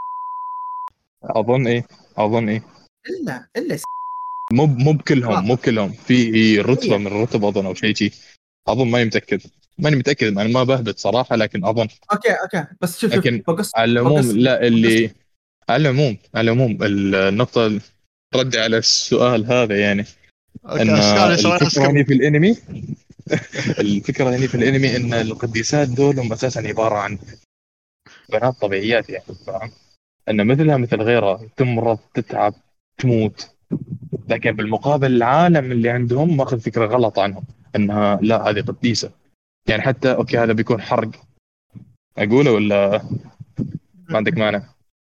اظن ايه، اظن ايه.
الا الا س-
مو مو بكلهم، مو
واضح.
بكلهم، في رتبه
هي
من الرتب اظن او شيء شيء. اظن ماني متاكد، ماني متاكد انا ما بهبط صراحه لكن اظن.
اوكي اوكي بس شوف شوف
لكن
بقص
على العموم
بقص
لا
بقص.
اللي على العموم على العموم النقطه، رد على السؤال هذا يعني،
اوكي
ان
السؤال اللي سوينا
الفكره هنا
سكيب.
في الانمي الفكره هنا في الانمي ان القديسات دول هم اساسا عباره عن بنات طبيعيات يعني، فاهم؟ ان مثلها مثل غيرها تمرض، تتعب، تموت. لكن بالمقابل العالم اللي عندهم ماخذ فكره غلط عنهم، انها لا هذه قديسه. يعني حتى اوكي هذا بيكون حرق اقوله ولا ما عندك مانع؟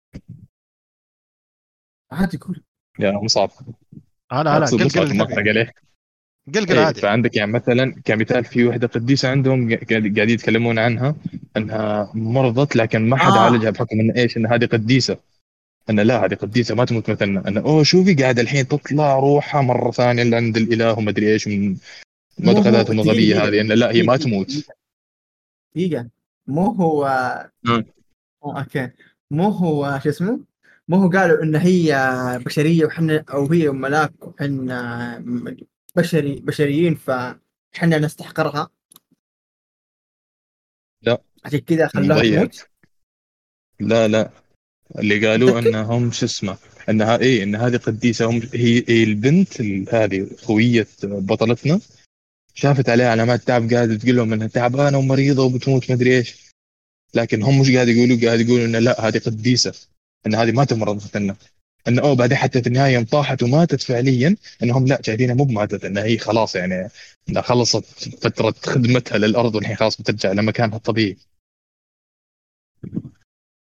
عادي يقول.
يا مصعب.
هلا هلا
اقصد
قل
مصعب
قل
ما
تبي.
احرق عليه.
قل قل
اي
عادي.
فعندك يعني مثلا كمثال في وحده قديسه عندهم قاعد- قاعدين يتكلمون عنها انها مرضت لكن ما حد
اه
عالجها بحكم ان ايش، ان هذه قديسه. ان لا هذه قديسه ما تموت مثلنا، ان اوه شوفي قاعده الحين تطلع روحها مره ثانيه لعند الاله وما ادري ايش من
مو هو
معتقداتهم
دقيقة
الغبيه
دقيقة
هذه، ان لا هي
دقيقة
ما
دقيقة
تموت.
دقيقة دقيقة. مو هو
مم.
آه، اوكي. مو هو شو اسمه. مو هو قالوا ان هي بشرية وحنا او هي ملاك وحنا بشري بشريين فحنا نستحقرها
لا
عشان كذا خلوها
مضيع.
تموت.
لا لا اللي قالوا
متأكد؟
انهم شو اسمه، انها ايه ان هذه قديسه، هم هي, هي البنت ال- هذه خويه بطلتنا شافت عليها علامات تعب، قاعده تقول لهم انها تعبانه ومريضه وبتموت ما ادري ايش. لكن هم مش قاعد يقولوا، قاعد يقولوا ان لا هذه قديسه، ان هذه ما تمرض مثلنا. ان اوه بعدين حتى في النهايه يوم طاحت وماتت فعليا، انهم لا جايبينها مو بماتت، انها هي خلاص يعني انها خلصت فتره خدمتها للارض والحين خلاص بترجع لمكانها الطبيعي.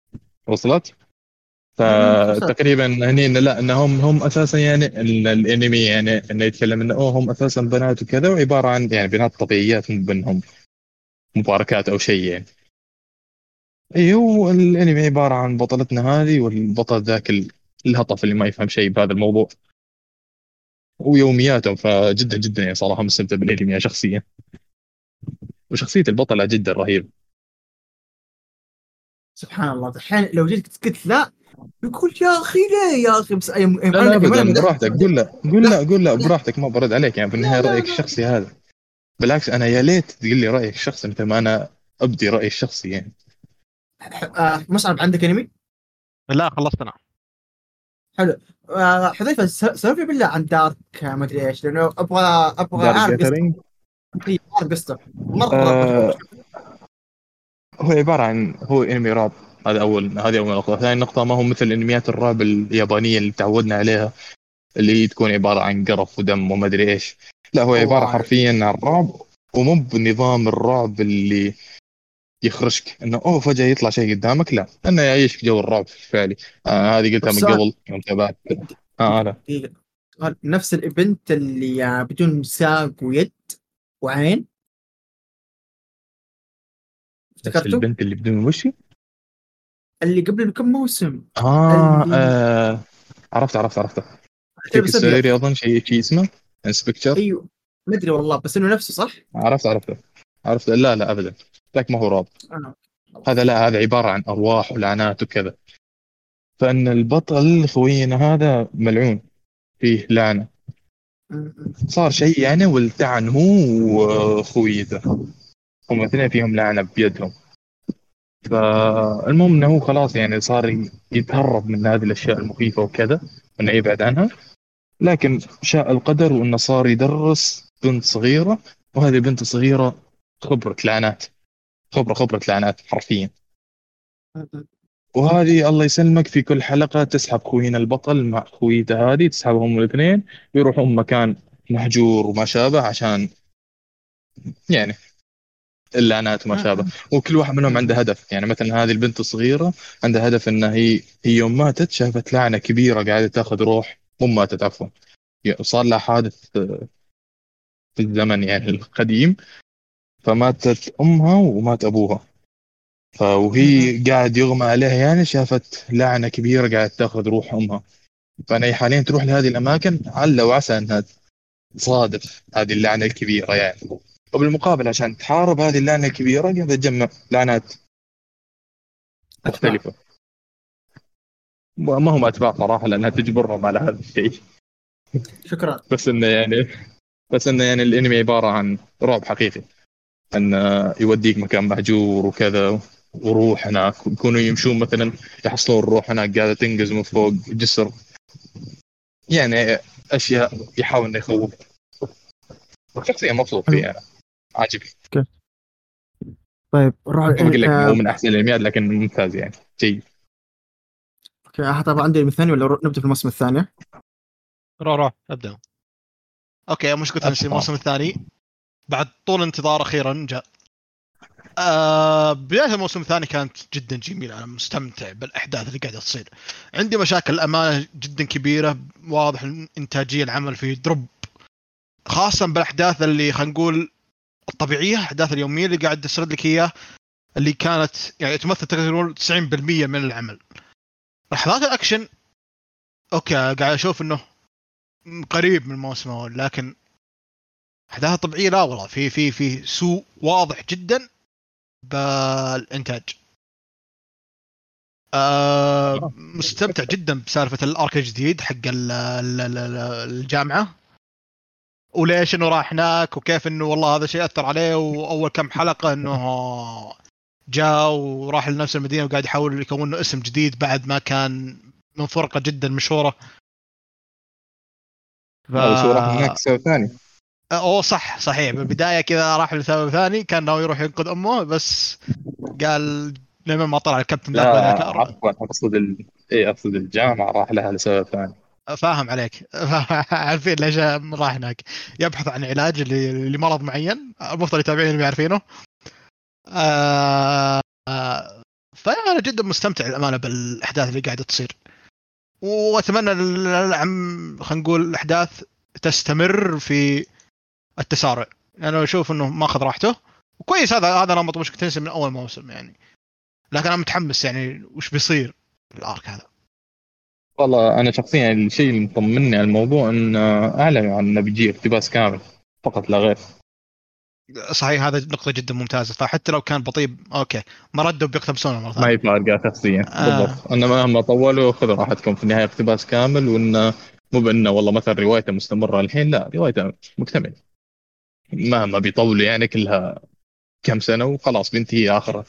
وصلت.
مم، وصلت.
فتقريبا هني إن لا انهم هم اساسا يعني ال- الانمي يعني انه يتكلم انه أوه هم اساسا بنات وكذا، وعباره عن يعني بنات طبيعيات مو بينهم مباركات او شيء يعني. ايوه الانمي عباره عن بطلتنا هذه والبطل ذاك ال- الهطف اللي ما يفهم شيء بهذا الموضوع ويومياتهم. فجدا جدا يعني صراحه مستمتع بالانمي يعني شخصيا، وشخصيه البطله جدا رهيبه.
سبحان الله، الحين لو جيت قلت لا يقول يا اخي لا يا اخي، بس يوم
لا
انا
لا
يوم انا
ابدا
مدحت.
براحتك، قول لا قول
لا
لا قول لا
لا
براحتك، ما برد عليك يعني،
لا
بالنهايه
لا
رايك
لا
الشخصي هذا. بالعكس انا يا ليت تقول لي رايك الشخصي مثل ما انا ابدي رايي الشخصي يعني.
آه مصعب عندك انمي؟
لا خلصت انا.
حلو. آه حذيفه، س- سولف لي بالله عن دارك ما ادري ايش، لانه ابغى ابغى
دار
اعرف قصته.
جاثرينج.
إي، اعرف قصته مره مهتم.
آه هو عباره عن هو انمي رعب. هذا اول هذه اول نقطه. ثاني نقطه ما هو مثل انميات الرعب اليابانيه اللي تعودنا عليها، اللي هي تكون عباره عن قرف ودم وما ادري ايش. لا هو عباره
الله.
حرفيا عن رعب، ومو بنظام الرعب اللي يخرجك انه اوه فجاه يطلع شيء قدامك، لا انه يعيشك جو الرعب الفعلي. آه هذه
طب
قلتها من
سؤال،
قبل يوم تابعت. اه
دقيقه
هذا
دقيقه، سؤال. نفس الايفنت اللي آه، بدون ساق ويد وعين،
نفس
افتكرته؟
البنت اللي بدون وشي.
اللي قبل بكم موسم،
آه,
اللي
آه عرفت عرفت عرفت تيك
تلبس ابيض.
السويري اظن شيء شيء اسمه انسبكتشر.
ايوه، ما ادري والله، بس انه نفسه صح؟
عرفت عرفت عرفت لا لا ابدا، ذاك ما هو رعب.
آه.
هذا لا هذا عباره عن ارواح ولعنات وكذا. فان البطل خوينا هذا ملعون، فيه لعنه.
م- م-
صار شيء يعني والتعن هو وخويته، هم الاثنين فيهم لعنه بيدهم. فالمهم انه هو خلاص يعني صار يتهرب من هذه الاشياء المخيفه وكذا، انه يبعد عنها. لكن شاء القدر وانه صار يدرس بنت صغيره، وهذه بنت صغيره خبره لعنات، خبره خبره لعنات حرفيا.
م-
وهذه الله يسلمك في كل حلقه تسحب خوينا البطل مع خويته هذه، تسحبهم الاثنين ويروحون مكان مهجور وما شابه، عشان يعني اللعنات وما شابه.
م-
وكل واحد منهم عنده
م-
هدف. يعني مثلا هذه البنت الصغيرة عندها هدف انها هي هي يوم ماتت شافت لعنة كبيرة قاعدة تاخذ روح، مو ماتت عفوا، صار لها حادث آه، في الزمن يعني القديم، فماتت امها ومات ابوها.
م-
فوهي قاعد يغمى عليها يعني شافت لعنة كبيرة قاعدة تاخذ روح امها. فانا هي حاليا تروح لهذه الاماكن عل وعسى انها تصادف هذه اللعنة الكبيرة يعني. وبالمقابل عشان تحارب هذه اللعنة الكبيرة قاعدة تجمع لعنات
اتباع.
مختلفة. ما هم اتباع صراحه لانها تجبرهم على هذا الشيء.
شكرا.
بس انه يعني بس انه يعني الانمي عباره عن رعب حقيقي، انه يوديك مكان مهجور وكذا، وروح هناك يكونوا يمشون مثلا يحصلون الروح هناك قاعده تنقز من فوق جسر، يعني اشياء يحاول انه يخوف. شخصيا مبسوط
حلو.
فيه انا، عاجبني.
اوكي. طيب نروح
ما بقول
الأنمي-
لك مو
آه،
من احسن الانميات لكن ممتاز يعني جيد.
اوكي. آه، طبعا عندي الثاني ولا نبدا في الموسم الثاني؟
روح روح ابدا. اوكي مش قلت نسي الموسم الثاني بعد طول انتظار اخيرا جاء. آه بداية الموسم الثاني كانت جدا جميلة، أنا مستمتع بالأحداث اللي قاعدة تصير. عندي مشاكل الأمانة جدا كبيرة، واضح الإنتاجية العمل فيه دروب، خاصة بالأحداث اللي خلينا نقول الطبيعية، الأحداث اليومية اللي قاعد تسرد لك إياه، اللي كانت يعني تمثل تقريبا تسعين بالمية من العمل. لحظات الأكشن أوكي قاعد أشوف إنه قريب من الموسم الأول، لكن أحداث طبيعية لا والله في في في سوء واضح جدا بالإنتاج. أه مستمتع جدا بسالفة الأرك الجديد حق الجامعة، وليش إنه راح هناك، وكيف إنه والله هذا شيء أثر عليه، وأول كم حلقة إنه جاء وراح لنفس المدينة وقاعد يحاول يكون له اسم جديد بعد ما كان من فرقة جدا مشهورة. ف...
لا بس هو راح هناك سبب ثاني.
أوه صح صحيح، بالبداية كذا راح لسبب ثاني، كان ناوي يروح ينقذ أمه، بس قال لما ما طلع الكابتن ذاك
لا
بعدين.
عفوا اقصد ال... ايه اقصد الجامعه راح لها لسبب ثاني.
فاهم عليك عارفين ليش راح هناك، يبحث عن علاج لمرض معين، المفترض يتابعين اللي يعرفينه. آه... آه... فأنا جدا مستمتع الامانه بالاحداث اللي قاعده تصير، واتمنى العم خلينا نقول الاحداث تستمر في التسارع. انا يعني اشوف انه ماخذ راحته وكويس. هذا هذا نمط مش تنسى من اول موسم يعني، لكن انا متحمس يعني وش بيصير بالارك هذا.
والله انا شخصيا الشيء اللي مطمني على الموضوع ان اعلنوا عن انه بيجي اقتباس كامل فقط لا غير.
صحيح، هذا نقطه جدا ممتازه. فحتى لو كان بطيء اوكي ما ردوا بيقتبسونه مره
ما
ثانيه.
هي فارقه شخصيا.
آه.
بالضبط، انه مهما طولوا خذوا راحتكم في النهايه اقتباس كامل، وانه مو بانه والله مثلا روايته مستمره الحين، لا روايته مكتمله مهما بيطولوا يعني كلها كم سنه وخلاص بينتهي اخره.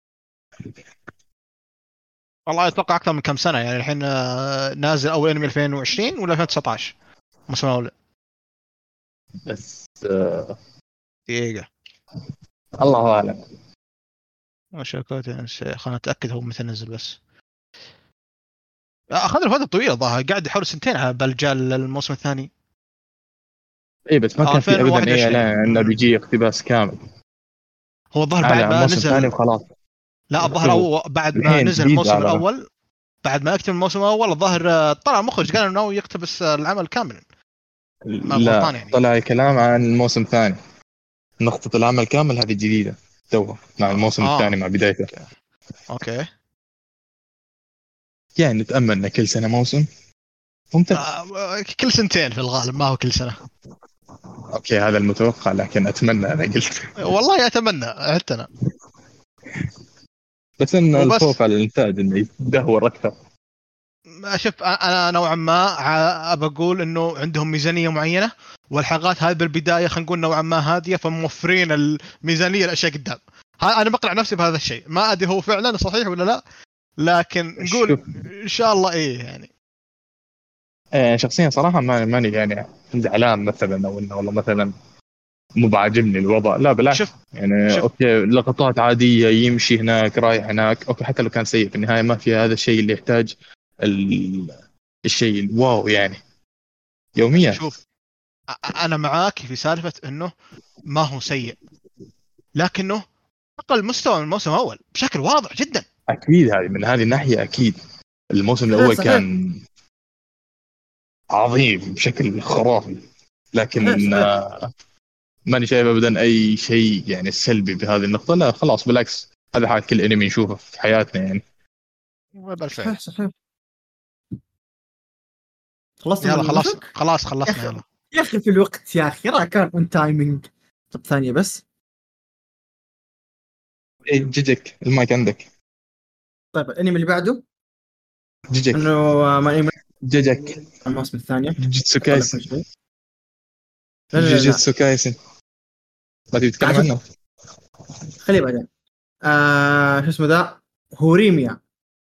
والله اتوقع اكثر من كم سنه يعني. الحين آه، نازل اول انمي ألفين وعشرين ولا ألفين وتسعة عشر موسم الاول؟
بس آه
دقيقه
الله اعلم.
شركات خلنا نتاكد هو متى نزل. بس اخذ له فتره طويله ظاهر، قاعد يحاول سنتين على بلجال الموسم الثاني.
اي بس ما كان في ابدا اي اعلان انه
ألفين وواحد وعشرين
بيجي اقتباس كامل.
هو الظاهر بعد
اعلن عن
ما
موسم ثاني
نزل.
وخلاص.
لا الظاهر
شوف
هو بعد ما
الحين
نزل
جديد
الموسم
اعلنوا.
الاول، بعد ما اكتب الموسم الاول الظاهر آه، طلع مخرج قال انه يقتبس آه، العمل كامل. ما
لا
غلطان يعني.
طلع كلام عن الموسم الثاني، نقطة العمل كامل هذه جديدة توها مع
اه,
الموسم الثاني
آه.
مع بدايته.
اوكي
يعني نتأمل ان كل سنة موسم ممتاز.
آه. كل سنتين في الغالب، ما هو كل سنه.
اوكي هذا المتوقع، لكن اتمنى انا قلت
والله اتمنى حتى انا.
بس ان
وبس
الخوف على الانتاج انه يدهور اكثر.
شوف انا نوعا ما بقول انه عندهم ميزانيه معينه، والحلقات هذه بالبدايه خلينا نقول نوعا ما هاديه، فموفرين الميزانيه الاشياء قدام. انا بقنع نفسي بهذا الشيء، ما ادري هو فعلا صحيح ولا لا، لكن نقول ان شاء الله ايه يعني.
آه شخصيا صراحة ما ماني يعني زعلان مثلا او انه والله مثلا مو بعاجبني الوضع، لا بالعكس.
شوف
يعني
شوف
اوكي لقطات عادية يمشي هناك رايح هناك اوكي، حتى لو كان سيء في النهاية ما في هذا الشيء اللي يحتاج ال... الشيء الواو يعني يوميا.
شوف انا معاك في سالفه انه ما هو سيء، لكنه اقل مستوى من الموسم الاول بشكل واضح جدا.
اكيد هذه من هذه الناحيه اكيد الموسم
صحيح
الاول
صحيح
كان عظيم بشكل خرافي،
صحيح
لكن
صحيح
آه، ماني شايف ابدا اي شيء يعني سلبي بهذه النقطه. لا خلاص بالعكس، هذا حال كل انمي نشوفه في حياتنا يعني.
بالفعل.
صحيح صحيح. خلصت
يلا
من
خلاص
وشك
خلاص
يا
خلصنا
اخي؟
يلا.
يا اخي في الوقت يا اخي، راه كان اون تايمينج. طب ثانيه بس.
إيه جيجك المايك عندك.
طيب الانمي اللي بعده
جيجك
انه آه، ما انمي
جيجك
الموسم الثاني.
جوجيتسو
اطلع كل
كايسن.
شيء. لا لا لا لا،
جوجيتسو كايسن ما تبي
قاعد
تتكلم
اشوف.
عنه؟
خليه بعدين. آه شو اسمه ذا؟ هوريميا.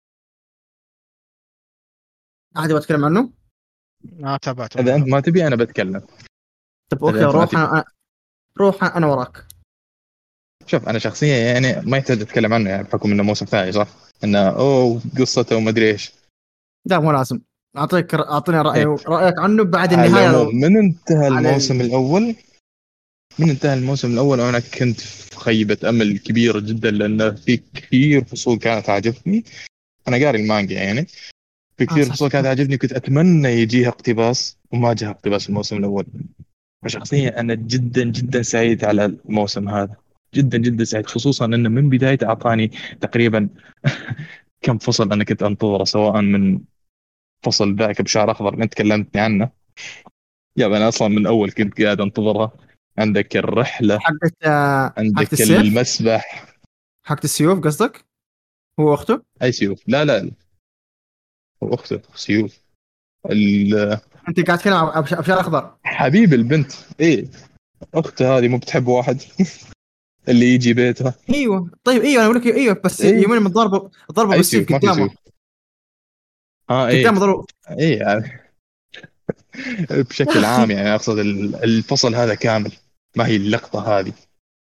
احد يبغى يتكلم عنه؟
ما تابعته
اذا انت
لا.
ما تبي انا بتكلم.
طب
اذا
اوكي
انت ما
روح
تبي
انا. روح انا وراك.
شوف انا شخصيا يعني ما يحتاج اتكلم عنه يعني بحكم انه موسم ثاني صح؟ انه اوه قصته وما ادري ايش.
لا مو لازم. اعطيك اعطيني راي
إيه.
رايك عنه بعد
على
النهايه.
العموم من انتهى
على
الموسم
ال...
الأول من انتهى الموسم الأول وأنا كنت في خيبة أمل كبيرة جدا، لأن في كثير فصول كانت عاجبتني. أنا قاري المانجا يعني، في
آه
كثير
صح
فصول
صح.
كانت عاجبني كنت أتمنى يجيها اقتباس وما جاء اقتباس الموسم الأول. فشخصيا أنا جدا جدا سعيد على الموسم هذا، جدا جدا سعيد، خصوصا أنه من بدايته أعطاني تقريبا كم فصل أنا كنت أنتظره، سواء من فصل ذاك بشعر أخضر اللي أنت كلمتني عنه. يا أنا أصلا من أول كنت قاعد أنتظرها. عندك الرحلة،
حقت آه، حقت
عندك
السيف.
المسبح.
حقت السيوف قصدك؟ هو اخته؟
اي سيوف؟ لا لا لا، هو اخته سيوف. ال-
انت قاعد تتكلم عن أبش- ابشار اخضر.
حبيب البنت ايه، اخته هذه مو بتحب واحد اللي يجي بيتها.
ايوه طيب ايوه انا اقول لك ايوه، بس
ايه
يومين من ضربه ضربه
اي
بالسيف
سيوف ما في
قدامه.
سيوف. اه ايه
قدامه ضربه.
ايه يعني بشكل
يا
عام
اخي
يعني اقصد ال- الفصل هذا كامل، ما هي اللقطة هذه.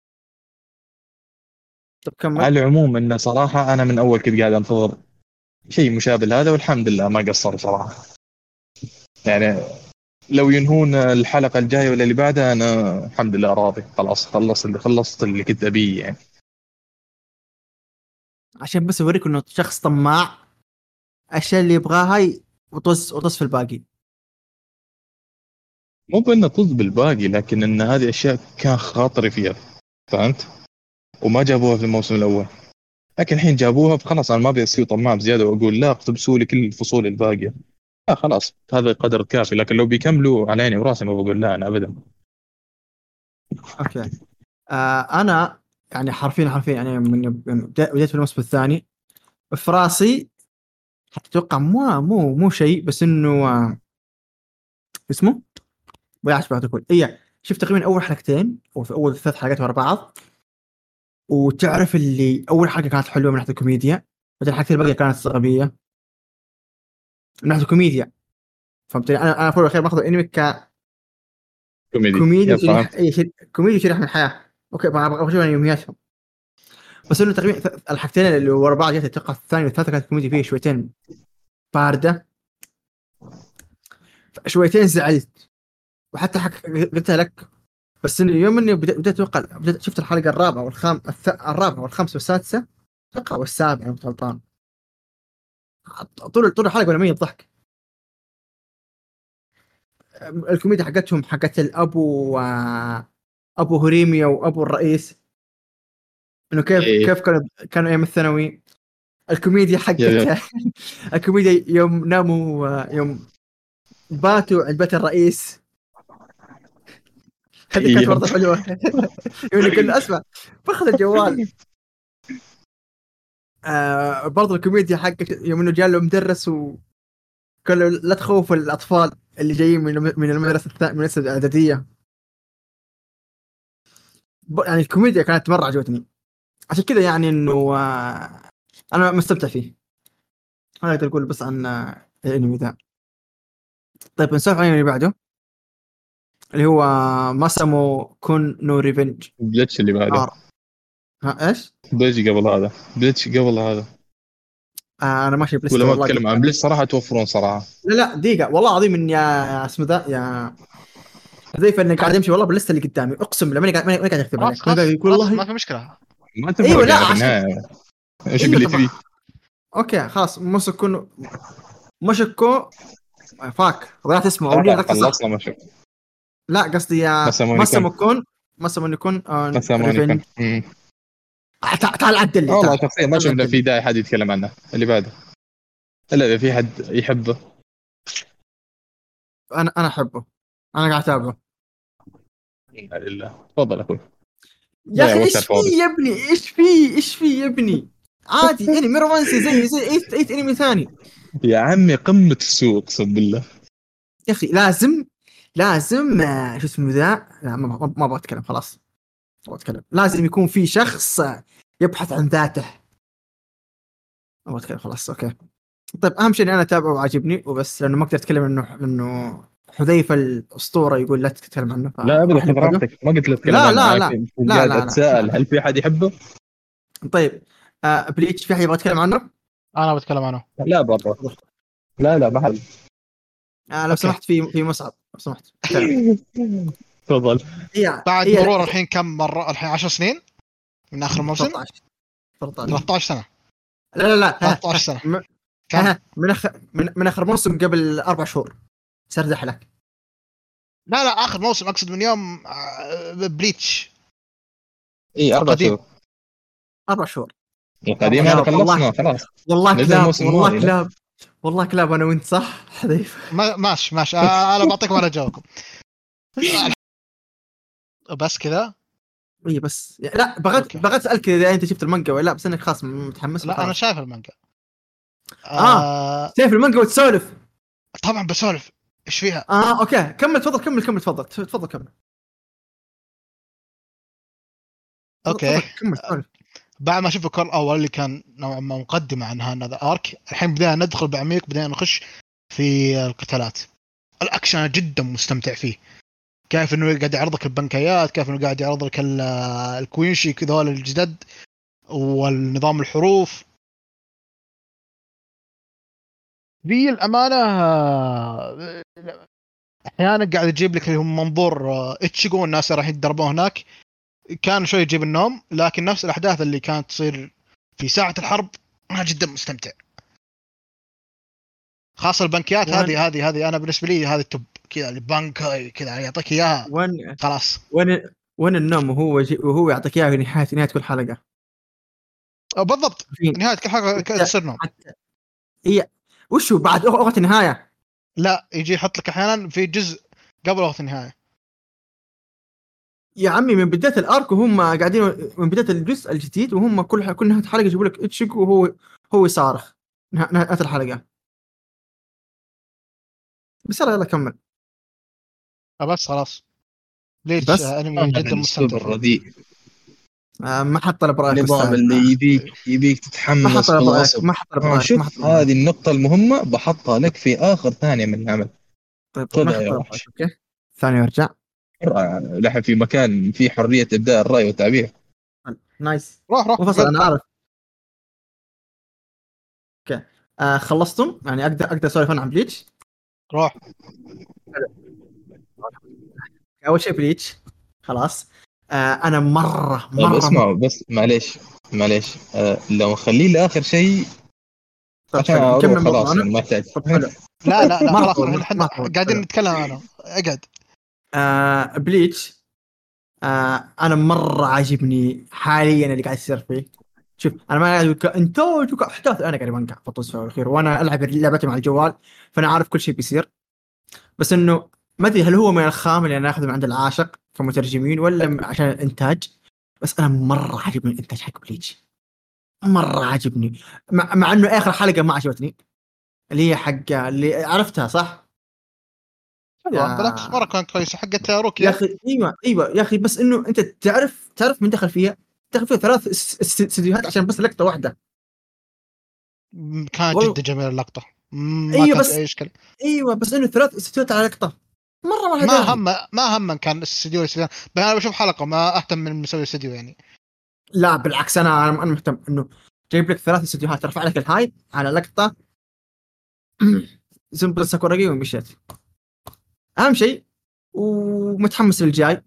طب كمل.
على العموم انه صراحة انا من اول كنت قاعد انتظر شيء مشابه لهذا، والحمد لله ما قصروا صراحة يعني. لو ينهون الحلقة الجاية ولا اللي بعدها انا الحمد لله راضي، خلاص خلصت اللي خلصت اللي كنت ابيه يعني.
عشان بس اوريك انه شخص طماع، الاشياء اللي يبغاها ي- وطز وطز في الباقي.
مو بأنه طز بالباقي، لكن إن هذه أشياء كان خاطري فيها، فهمت؟ وما جابوها في الموسم الأول، لكن الحين جابوها، فخلاص أنا ما أبي أصير طماع بزيادة وأقول لا اقتبسوا لي كل الفصول الباقية. لا خلاص هذا قدر كافي، لكن لو بيكملوا على عيني وراسي ما بقول لا أنا أبدا.
اوكي. آه انا يعني حرفيا حرفيا يعني من من بدا- بديت في الموسم الثاني في راسي، اتوقع مو مو مو شيء، بس انه آه اسمه بيعش بعد كل ايه. شفت تقريبا اول حلقتين او في اول ثلاث حلقات ورا بعض، وتعرف اللي اول حلقه كانت حلوه من ناحيه الكوميديا، بعدين الحلقتين الباقيه كانت غبيه من ناحيه الكوميديا. فهمتني؟ انا انا في الاخير باخذ الانمي
كوميدي
ككوميديا
يا
وشريحه،
فهمت.
اي شيء كوميديا وشريحه من الحياه. اوكي بقى ابغى اشوف يومياتهم، بس انه تقريبا ث- الحلقتين اللي ورا بعض جت اتوقع الثانيه والثالثه كانت كوميديا فيه شويتين بارده، شويتين زعلت. وحتى حق قلتها لك، بس انه يوم اني بدأت بدأت اتوقع، بدأت شفت الحلقه الرابعه والخام الث... الرابعه والخامسه والسادسه اتوقع والسابعه كنت غلطان، طول طول الحلقه وانا ميت ضحك. الكوميديا حقتهم حقت الابو، آه، ابو هريميا وابو الرئيس، انه كيف
إيه
كيف كانوا كانوا ايام الثانوي. الكوميديا
يا يا
حقت الكوميديا يوم ناموا، آه، يوم باتوا عند بيت الرئيس، هذه كانت
يب.
برضه حلوه. يقول كنا اسمع باخذ الجوال. آه برضه الكوميديا حقت يوم انه جاء له مدرس وقال له لا تخوف الاطفال اللي جايين من من المدرسه الثانيه، من المدرسه الاعداديه. ب- يعني الكوميديا كانت مره عجبتني، عشان كذا يعني انه آه انا مستمتع فيه. انا اقدر اقول بس عن آه، الانمي ذا. طيب نسولف عن الانمي اللي بعده، اللي هو ماسامو كون نو ريفنج.
بلتش اللي بعده.
ار ها ايش؟
بلتش قبل هذا، بلتش قبل هذا.
آه انا ماشي
ولا
بلسته
ما
والله
بتكلم عن
قدامي.
بلتش صراحة، توفرون صراحة.
لا لا دقيقه والله العظيم من يا يا اسمه ذا يا حذيفه اني قاعد امشي والله باللسته اللي قدامي، اقسم بالله ماني قاعد ماني قاعد اكتب
خلاص
عليك، ماني قاعد
خلاص
يقول
خلاص ما
والله.
في مشكله.
ما
ايوه
تفرق
لا
يعني في
عشان
النهاية، ايش
ايوه
اللي
طبعا.
تبيه.
اوكي خلاص موسكو مشكو فاك ضيعت اسمه او ليه
خلاص
نطقته صح.
خلصنا، ما شوف.
لا قصدي يا
مسا مونيكون.
ماسامو كون، ماسامو كون اون
مسا مونيكون.
ريفنج. تعال تعال عدل لي،
آه والله
تعال
شخصيا ما
تعال
شفنا
عدل
في
لي.
داعي حد يتكلم عنه. اللي بعده، الا اذا في حد يحبه.
انا انا احبه، انا قاعد اتابعه.
لا لله، تفضل اخوي.
يا
ضيع
اخي
وقت على
ايش
الفاضي.
فيه يا ابني، ايش فيه ايش فيه يا ابني؟ عادي انمي رومانسي زي زي اي اي انمي ثاني.
يا عمي قمة السوق اقسم بالله.
يا اخي لازم لازم آه، شو اسمه ذا، لا ما ما ما ابغى اتكلم خلاص، ما ابغى اتكلم. لازم يكون في شخص آه، يبحث عن ذاته. ما ابغى اتكلم خلاص اوكي. طيب اهم شيء اني انا اتابعه وعاجبني وبس، لانه ما اقدر اتكلم انه انه حذيفه الاسطوره يقول لا تتكلم عنه،
لا ابدا،
فراح
خذ
نبعده.
راحتك، ما قلت لا تتكلم
لا
عنه،
لا
انا
لا
كنت
لا
قاعد
لا لا لا
اتساءل
لا.
هل في احد يحبه.
طيب آه بليتش في احد يبغى يتكلم عنه؟
انا بتكلم عنه.
لا برا. لا لا ما حد.
آه لو
اوكي.
سمحت في في مصعب لو سمحت تكلم.
تفضل.
هي
بعد
هي
مرور الحين كم مره؟ الحين عشر سنين من اخر موسم.
ثلاثة عشر ثلاثة عشر.
ثلاثة عشر سنه.
لا لا لا ها
ثلاثة عشر
ها
سنه.
م-
كم؟
ها من اخر من, من اخر موسم قبل اربع شهور سردح لك.
لا لا اخر موسم اقصد من يوم آه، بليتش
اي اربع
القديم.
شهور.
اربع شهور.
القديم
يا
هذا
والله
خلصنا خلاص.
والله
نزل
كلاب
الموسم
والله
الماضي. لا
كلاب والله كلاب انا وانت صح حذيفه.
ما- ماشي ماشي آه، انا بعطيكم انا جاوبكم. آه، بس كذا.
اي بس لا بغيت
أوكي.
بغيت اسالك اذا انت شفت المانجا ولا لا، بس انك خلاص متحمس
لا انا
فخلاص.
شايف المانجا.
اه
آه
شايف المانجا وتسولف.
طبعا بسولف ايش فيها.
اه اوكي كمل تفضل كمل كمل تفضل تفضل كمل.
اوكي.
تفضل كمل سولف.
بعد ما شفت الكور الاول اللي كان نوعا ما مقدمه عن هذا ارك، الحين بدينا ندخل بعميق، بدينا نخش في القتالات. الاكشن أنا جدا مستمتع فيه. كيف انه قاعد يعرض لك البنكيات، كيف انه قاعد يعرض لك ال- الكوينشي كذول الجدد، والنظام الحروف. ذي الامانه آه، احيانا قاعد يجيب لك اللي هو منظور آه، اتشيجو والناس راح يتدربون هناك. كان شوي يجيب النوم، لكن نفس الاحداث اللي كانت تصير في ساعة الحرب أنا جدا مستمتع، خاصة البنكيات
وين
هذه هذه هذه أنا بالنسبة لي هذه التوب كذا، البنك كذا يعطيك إياها
وين
خلاص.
وين وين النوم وهو جي وهو يعطيك اياه في نهايه نهايه كل حلقه.
أو بالضبط
فين
نهاية كل حلقة
حتى
تصير نوم.
حتى هي وشو بعد وقت النهايه؟
لا يجي يحط لك أحيانا في جزء قبل وقت النهاية.
يا عمي من بدايه الارك وهم قاعدين، من بدايه الجزء الجديد وهم كل كل نهايه حلقه يجيبوا لك اتشيك وهو هو يصارخ نها- نهايه الحلقه. بس يلا يلا كمل.
آه بس خلاص ليش
بس
آه، أنمي
هذا
جدا
الاسلوب
مستمتع فيه.
الرديء،
آه ما حط طلب رايك
النظام
استاذ.
اللي
آه،
يبيك يبيك
ما حط
تتحمس
طلب رايك
بالغصب.
ما حط طلب
اه
رايك ما حط
شوف
طلب رايك.
هذه النقطة المهمة بحطها لك في آخر ثانية من العمل.
طيب ما
خذها
حط
يا
طلب رايك
وحش.
اوكي. ثاني ارجع.
لحن في مكان فيه حرية إبداء الرأي والتعبير.
نايس.
روح روح
مفصل
قد
انا عارف. اوكي آه خلصتم يعني اقدر اقدر اسولف انا عن بليتش.
روح.
اول شيء بليتش خلاص. آه انا مره
طيب
مره مره
اسمعوا بس معليش معليش آه لو نخليه لآخر شيء
طب
عشان
حلو نكمل
أروح خلاص
موضوعنا.
يعني ما يحتاج.
طب حلو. طب
لا
حلو
لا لا
ما
خلاص
طول ما
احنا
ما طول
قاعدين
حلو.
نتكلم انا اقعد.
آه بليتش آه انا مره عاجبني حاليا اللي قاعد يصير فيه. شوف انا ما قاعد أقول كانتاج وكاحداث، انا قاعد بنقع بطوس في الاخير وانا العب لعبتي مع الجوال، فانا عارف كل شيء بيصير. بس انه ما ادري هل هو من الخام اللي انا اخذه من عند العاشق كمترجمين ولا عشان الانتاج. بس انا مره عجبني الانتاج حق بليتش، مره عجبني. مع, مع انه اخر حلقه ما عجبتني اللي هي حق اللي عرفتها صح.
حلوه بالعكس مره
يا
كانت كويسه حقت
يا
روكيا.
اخي ايوه ايوه يا اخي، بس انه انت تعرف تعرف من دخل فيها. دخل فيها ثلاث اس- اس- استديوهات عشان بس لقطه واحده.
م- كانت
والله
جدا جميله اللقطه، م- ما
ايوه
كانت
بس
اي اشكال.
ايوه بس انه ثلاث استديوهات على لقطه مره ما لها
ما
داعي.
هم ما هم كان الاستديو الاستديو بس انا بشوف حلقه ما اهتم من مسوي الاستديو يعني.
لا بالعكس انا انا مهتم انه جايب لك ثلاث استديوهات ترفع لك الهايب على لقطه سمبل ساكوراجي ومشيت. اهم شيء ومتحمس للجاي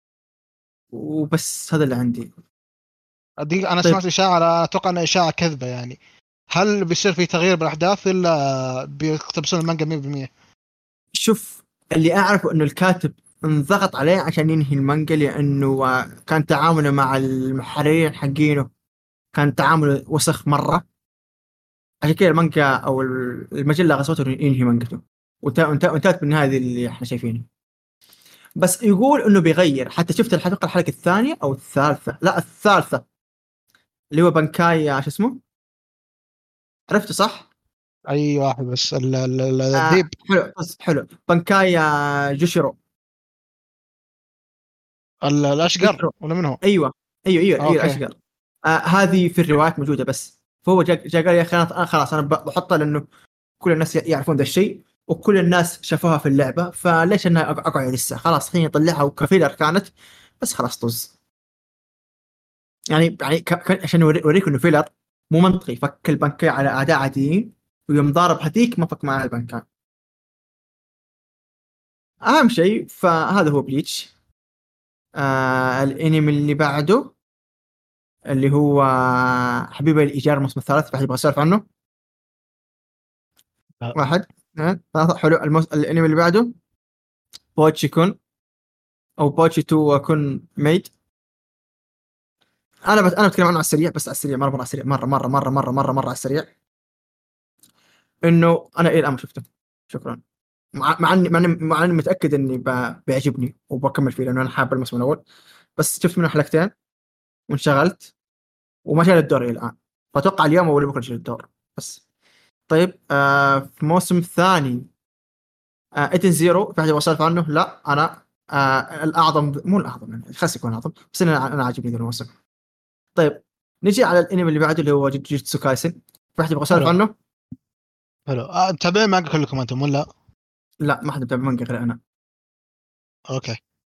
وبس هذا اللي عندي.
دي انا
طيب
سمعت اشاعه على- اتوقع انها اشاعه كذبه يعني. هل بيصير في تغيير بالاحداث ولا بيقتبسون المانجا مية بالمية؟
شوف اللي اعرفه انه الكاتب انضغط عليه عشان ينهي المانجا لانه آه، كان تعامله مع المحررين حقينه كان تعامل وسخ مره. عشان كذا المانجا او المجله غصبته إنه ينهي مانجته وانت- وانت- وانتهت بالنهايه دي اللي احنا شايفينه. بس يقول انه بيغير. حتى شفت الحلقه الحلقه الثانيه او الثالثه، لا الثالثه اللي هو بنكاي شو اسمه، عرفته صح؟
اي واحد بس ال- ال- ال-
آه
الذيب.
حلو بس حلو بنكاي آه، جوشيرو.
ال- الاشقر
جوشيرو
ولا من هو؟
ايوه ايوه ايوه ايوه
اوكي.
الاشقر. آه هذه في الروايات موجوده بس. فهو جا جا قال يا اخي انا خلاص انا ب- بحطها لانه كل الناس يعرفون ذا الشيء وكل الناس شافوها في اللعبه، فليش انا أق- اقعد لسه خلاص خليني اطلعها وكفيلر كانت بس خلاص طز. يعني يعني ك- ك- عشان أوري- اوريك انه فيلر مو منطقي. فك البنكاي على اعداء عاديين ويوم ضارب هذيك ما فك معاه البنكاي. اهم شيء فهذا هو بليتش. آه الانمي اللي بعده اللي هو حبيبي الايجار الموسم الثالث، فحد يبغى يسولف عنه.
لا.
واحد اثنين ثلاثة. حلو الموس... الانمي اللي بعده بوتشي كون او بوتشي تو كون ميد. انا بت... انا بتكلم عنه على السريع بس على السريع مره مره على السريع مره مره مره مره مره مره على السريع. انه انا الى الان ما شفته. شكرا. مع مع اني مع اني مع اني متاكد اني ب... بيعجبني وبكمل فيه لانه انا حاب الموسم الاول. بس شفت منه حلقتين وانشغلت وما جاني الدور الى الان. فاتوقع اليوم او بكره يجي الدور بس. طيب آه في الموسم الثاني آه ايتن زيرو في احد يسولف عنه؟ لا انا آه الاعظم مو الاعظم يعني خاص يكون اعظم بس انا انا عاجبني ذا الموسم. طيب نجي على الانمي اللي بعده اللي هو جوجوتسو كايسن. في احد يبغى يسولف
حلو
عنه؟
حلو آه، متابعين مانجا كلكم انتم ولا؟
لا ما حد متابع مانجا غير انا.
اوكي.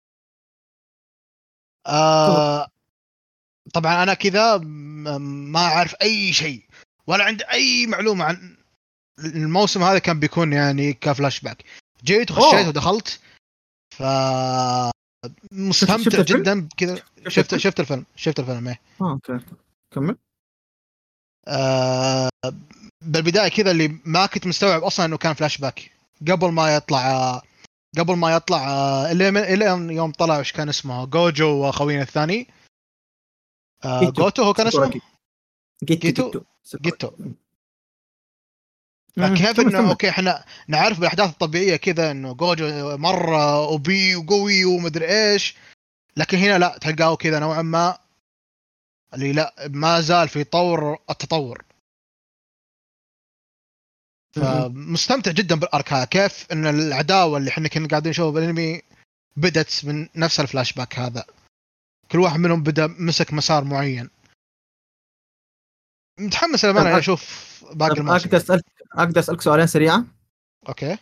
تفضل.
آه طبعا انا كذا م- ما اعرف اي شيء ولا عندي اي معلومه عن الموسم هذا. كان بيكون يعني كفلاش باك. جيت وخشيت
أوه.
ودخلت ف
شفت
مستمتع
شفت الفيلم؟
جدا كذا.
شفت
شفت
الفيلم؟
شفت الفيلم شفت الفيلم ايه.
اه اوكي كمل.
آه بالبدايه كذا اللي ما كنت مستوعب اصلا انه كان فلاش باك قبل ما يطلع قبل ما يطلع الى الى يوم طلع وش كان اسمه جوجو واخوينا الثاني آه جوتو هو كان اسمه
جيتو
جيتو فكيف انه اوكي احنا نعرف بالاحداث الطبيعيه كذا انه جوجو مره وبي وقوي ومدري ايش، لكن هنا لا تلقاه كذا نوعا ما اللي لا ما زال في طور التطور. فمستمتع جدا بالارك، كيف ان العداوه اللي احنا كنا قاعدين نشوفها بالانمي بدت من نفس الفلاش باك هذا، كل واحد منهم بدا مسك مسار معين. متحمس لما انا اشوف باقي الموسم.
اقدر اسالك اقدر اسالك سؤالين سريعه؟
اوكي.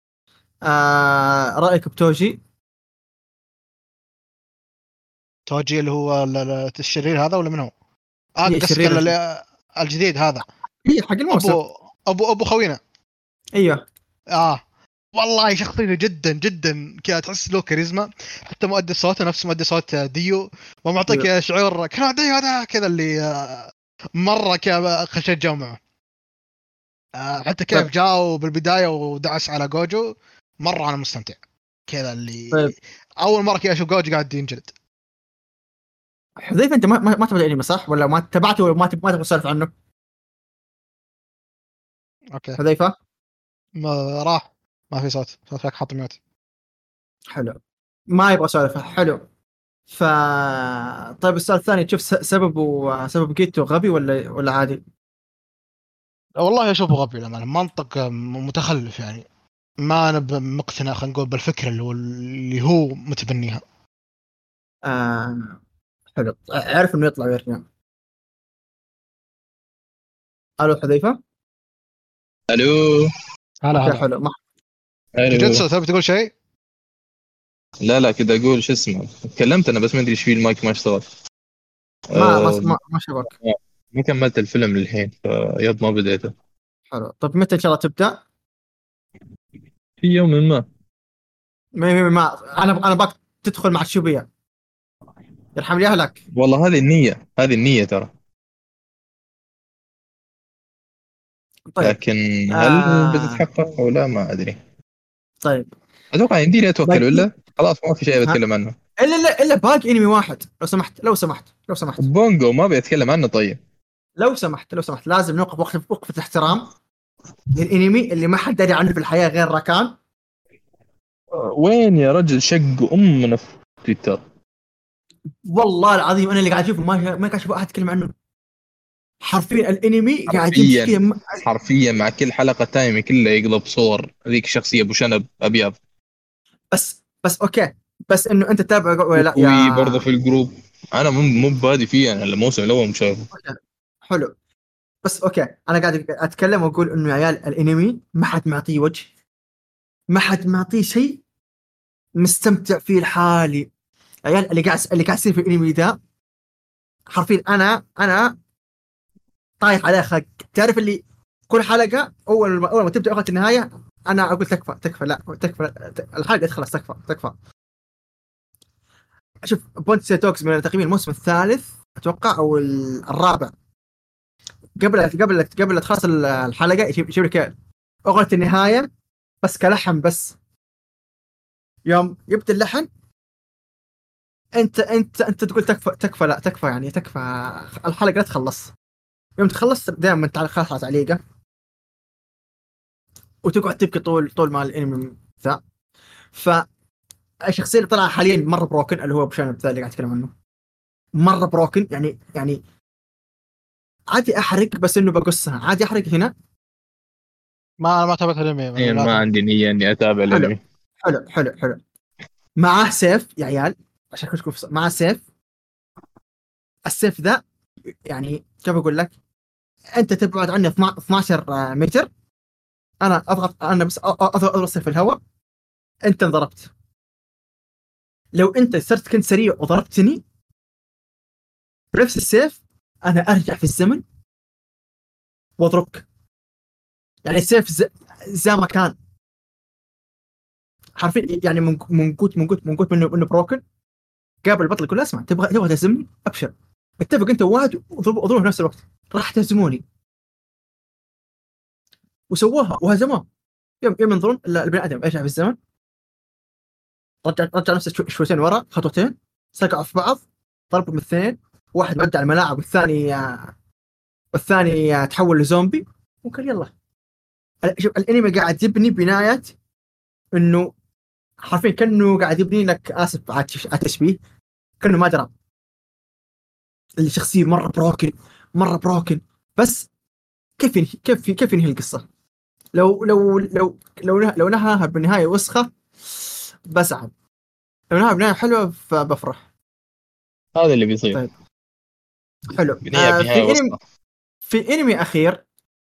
آه رايك بتوجي؟
توجي اللي هو الشرير هذا ولا من هو؟ اه قصدك الجديد هذا؟
اي حق الموسم.
ابو ابو ابو خوينا.
ايوه.
اه والله شخصيته جدا جدا كذا، تحس له كاريزما، حتى مؤدي صوته نفس مؤدي صوت ديو، ومعطيك شعور كان ديو هذا كذا اللي مره كذا خشيت جو معه. آه حتى كيف طيب. جاء بالبدايه ودعس على جوجو، مره انا مستمتع كذا اللي طيب. اول مره كذا اشوف جوجو قاعد ينجلد.
حذيفه انت ما ما تبغى الانمي صح ولا ما تبعته ولا ما تبغى ما تسولف عنه؟
اوكي
حذيفه
ما راح ما في صوت فاك حاط ميوت.
حلو ما يبغى سالفه. حلو. ف طيب السؤال الثاني، تشوف سببه سبب جيتو غبي ولا ولا عادي؟
والله اشوفه غبي لما منطق متخلف، يعني ما انا مقتنع خلينا نقول بالفكره اللي هو اللي هو متبنيها.
آه حلو. عارف انه يطلع ويرجع. الو حذيفه.
الو
هلا هلا.
حلو. ما
جوجوتسو تبي تقول شيء؟
لا لا كده اقول شو اسمه، تكلمت انا بس ما ادري ايش فيه المايك ما اشتغل.
ما ما ما, ما شبك.
ما كملت الفيلم للحين فيض ما بديته.
حلو. طب متى ان شاء الله تبدا؟
في يوم ما
ما, ما انا انا باك تدخل مع الشوبيه يرحم لي اهلك.
والله هذه النية، هذه النية ترى.
طيب.
لكن هل
آه...
بتتحقق او لا ما ادري.
طيب
اتوقع يمديني اتوكل ولا خلاص ما في شيء بتكلم عنه.
الا الا الا باقي انمي واحد لو سمحت لو سمحت لو سمحت.
بونجو ما بيتكلم عنه. طيب
لو سمحت لو سمحت لازم نوقف وقف وقفة الاحترام للانمي اللي ما حد داري عنه في الحياة غير راكان.
وين يا رجل شق امنا في تويتر؟
والله العظيم انا اللي قاعد اشوفه ما ما قاعد اشوف احد يتكلم عنه. حرفيا الانمي قاعد يمشي كذا م...
حرفيا مع كل حلقة تايمي كله يقلب صور هذيك الشخصية ابو شنب ابيض.
بس بس اوكي بس انه انت تتابع ولا لا
يا برضه في الجروب. انا مو مو بادي فيه انا الموسم الاول مش شايفه.
حلو بس اوكي انا قاعد اتكلم واقول انه يا عيال الانمي ما حد معطيه وجه، ما حد معطيه شيء مستمتع فيه الحالي. عيال اللي قاعد اللي قاعد يصير في الانمي ذا حرفيا انا انا طايح عليه خق. تعرف اللي كل حلقه اول ما اول ما تبدا اغلى النهايه انا اقول تكفى تكفى لا تكفى الحلقه خلاص تكفى تكفى. شوف بونت سيتوكس من تقريبا الموسم الثالث اتوقع او الرابع، قبل قبل قبل تخلص الحلقه يجيب لك اغلى النهايه بس كلحن. بس يوم جبت اللحن انت انت انت تقول تكفى تكفى لا تكفى يعني تكفى الحلقه لا تخلص. يوم تخلص دائما تعال خلاص تعليقه وتقعد تبكي طول طول ما الانمي ذا. فالشخصيه اللي طلع حاليا مره بروكن اللي هو بشان الثاني اللي قاعد اتكلم عنه مره بروكن يعني يعني عادي احرق بس انه بقصها عادي احرق هنا.
ما ما تابعت الانمي
ما عندي نية اني اتابع الانمي.
حلو حلو حلو. معاه سيف يا عيال عشان كلكم معاه سيف. السيف ذا يعني كيف اقول لك انت تبعد عني اثناشر متر انا اضغط انا بس اضغط السيف في الهواء انت انضربت. لو انت صرت كنت سريع وضربتني بنفس السيف انا ارجع في الزمن واضربك. يعني السيف زي, زي ما كان حرفيا يعني من من قوت من قوت من قوت منه منه بروكن. قابل البطل كله اسمع تبغى تبغى تهزمني ابشر اتفق انت وواحد وضربه في نفس الوقت راح تهزموني. وسووها وهزموه. يوم يوم ينظرون البني ادم ايش في الزمن، رجع رجع نفسه شو- شويتين ورا خطوتين، سقعوا في بعض، ضربوا من الاثنين، واحد بدع الملاعب والثاني والثاني تحول لزومبي، وقال يلا. شوف الانمي قاعد يبني بنايه انه حرفيا كانه قاعد يبني لك، اسف على التشبيه، كانه ما درى اللي شخصيه مره بروكن مره بروكن، بس كيف ينهي كيف كيف ينهي القصه. لو لو لو لو لو نهاها بنهايه وسخه بزعل، لو نهاها بنهايه حلوه فبفرح.
هذا اللي بيصير.
طيب حلو.
بنهاية
آه في
بنهاية
انمي
وسطة.
في انمي اخير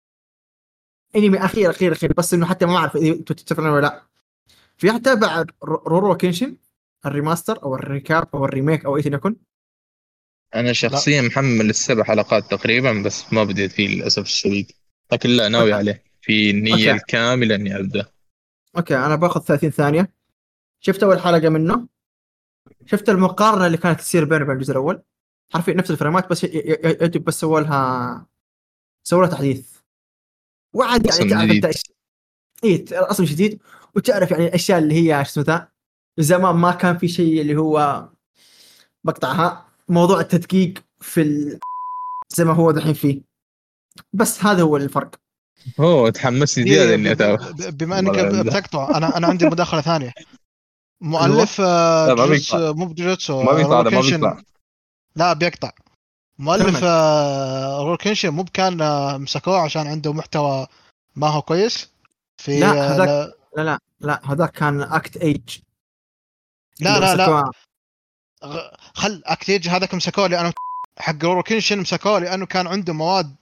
انمي اخير اخير اخير بس انه حتى ما اعرف اذا انتوا تتفقون ولا لا. في حتى بعد رورو كينشن الريماستر او الريكاب او الريميك او اي يكن.
أنا شخصيا محمل السبع حلقات تقريبا، بس ما بديت فيه للأسف الشديد، لكن لا ناوي عليه في النية
اوكي
الكاملة إني أبدأ.
اوكي انا باخذ ثلاثين ثانيه. شفت اول حلقه منه، شفت المقارنه اللي كانت تصير بينه وبين الجزء الاول، حرفيا نفس الفريمات بس يجب بس سووا لها سووا لها تحديث. وعاد يعني
اسم
تعرف انت
جديد.
ايش، اي اصلا جديد، وتعرف يعني الاشياء اللي هي ايش اسمه ذا، زمان ما كان في شيء اللي هو بقطعها موضوع التدقيق في ال... زي ما هو دحين فيه، بس هذا هو الفرق.
هو تحمسني زيادة
دقيقة،
إني
ب-
أتابع.
ب- بما انك
والله
ب-
لا.
بتقطع، انا انا عندي مداخلة ثانية.
اللي هو
مؤلف آه،
لا ما
جوجوتسو،
بيقطع،
مو بجوجوتسو،
ما بيقطع، هذا ما
رولوكينشن.
بيقطع.
لا بيقطع. مؤلف
كمل.
آه، رولوكينشن مو كان آه، مسكوه عشان عنده محتوى ما هو كويس في
لا
آه،
هذاك
لا
لا لا لا هذاك كان اكت ايج
لا
اللي
لا, لا.
مسكوها.
غ- خل اكتيج هذاك مسكوه لانه حق رولوكينشن مسكوه لانه كان عنده مواد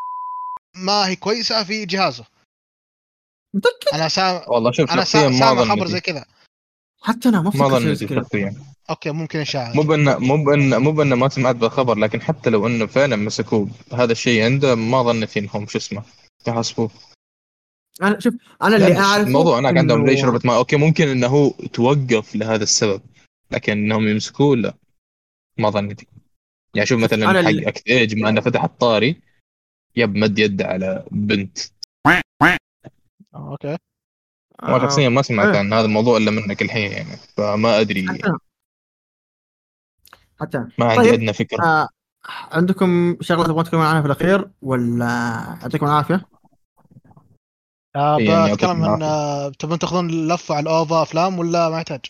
ما هي كويسة في جهازه.
متأكد؟
انا سام
والله شوف،
انا
شخصيا
سا...
ما
سامع خبر
ظنيتي،
زي كذا.
حتى انا ما
ما
فكرت شيء زي
ظنيتي
كذا.
شخصيا.
اوكي ممكن اشاعات.
مو بأن مو بأن مو بأن ما سمعت بالخبر، لكن حتى لو انه فعلا مسكوه هذا الشيء عنده، ما ظنيت انهم شو اسمه يحاسبوه.
انا شوف انا اللي
لان
اعرفه
الموضوع هناك عندهم ليش
انه
ربط ما اوكي، ممكن انه هو توقف لهذا السبب، لكن انهم يمسكوه لا، ما ظنيت. يعني شوف
شوف
مثلا
انا
حق
اللي
اكت ايج ما انه فتح الطاري، يب مد يده على بنت.
آه، اوكي.
وانا
آه...
شخصيا ما سمعت
إيه،
عن هذا الموضوع الا منك الحين يعني، فما ادري،
حتى أنا. حتى أنا.
ما عندي
طيب
ادنى فكره.
آه... عندكم شغله تبغون تتكلمون عنها في الاخير ولا؟ يعطيكم العافيه.
هي اني
آه بتكلم
اعطيكم
عن
العافيه.
آه، تبون تاخذون لفه على الاوفا افلام ولا ما يحتاج؟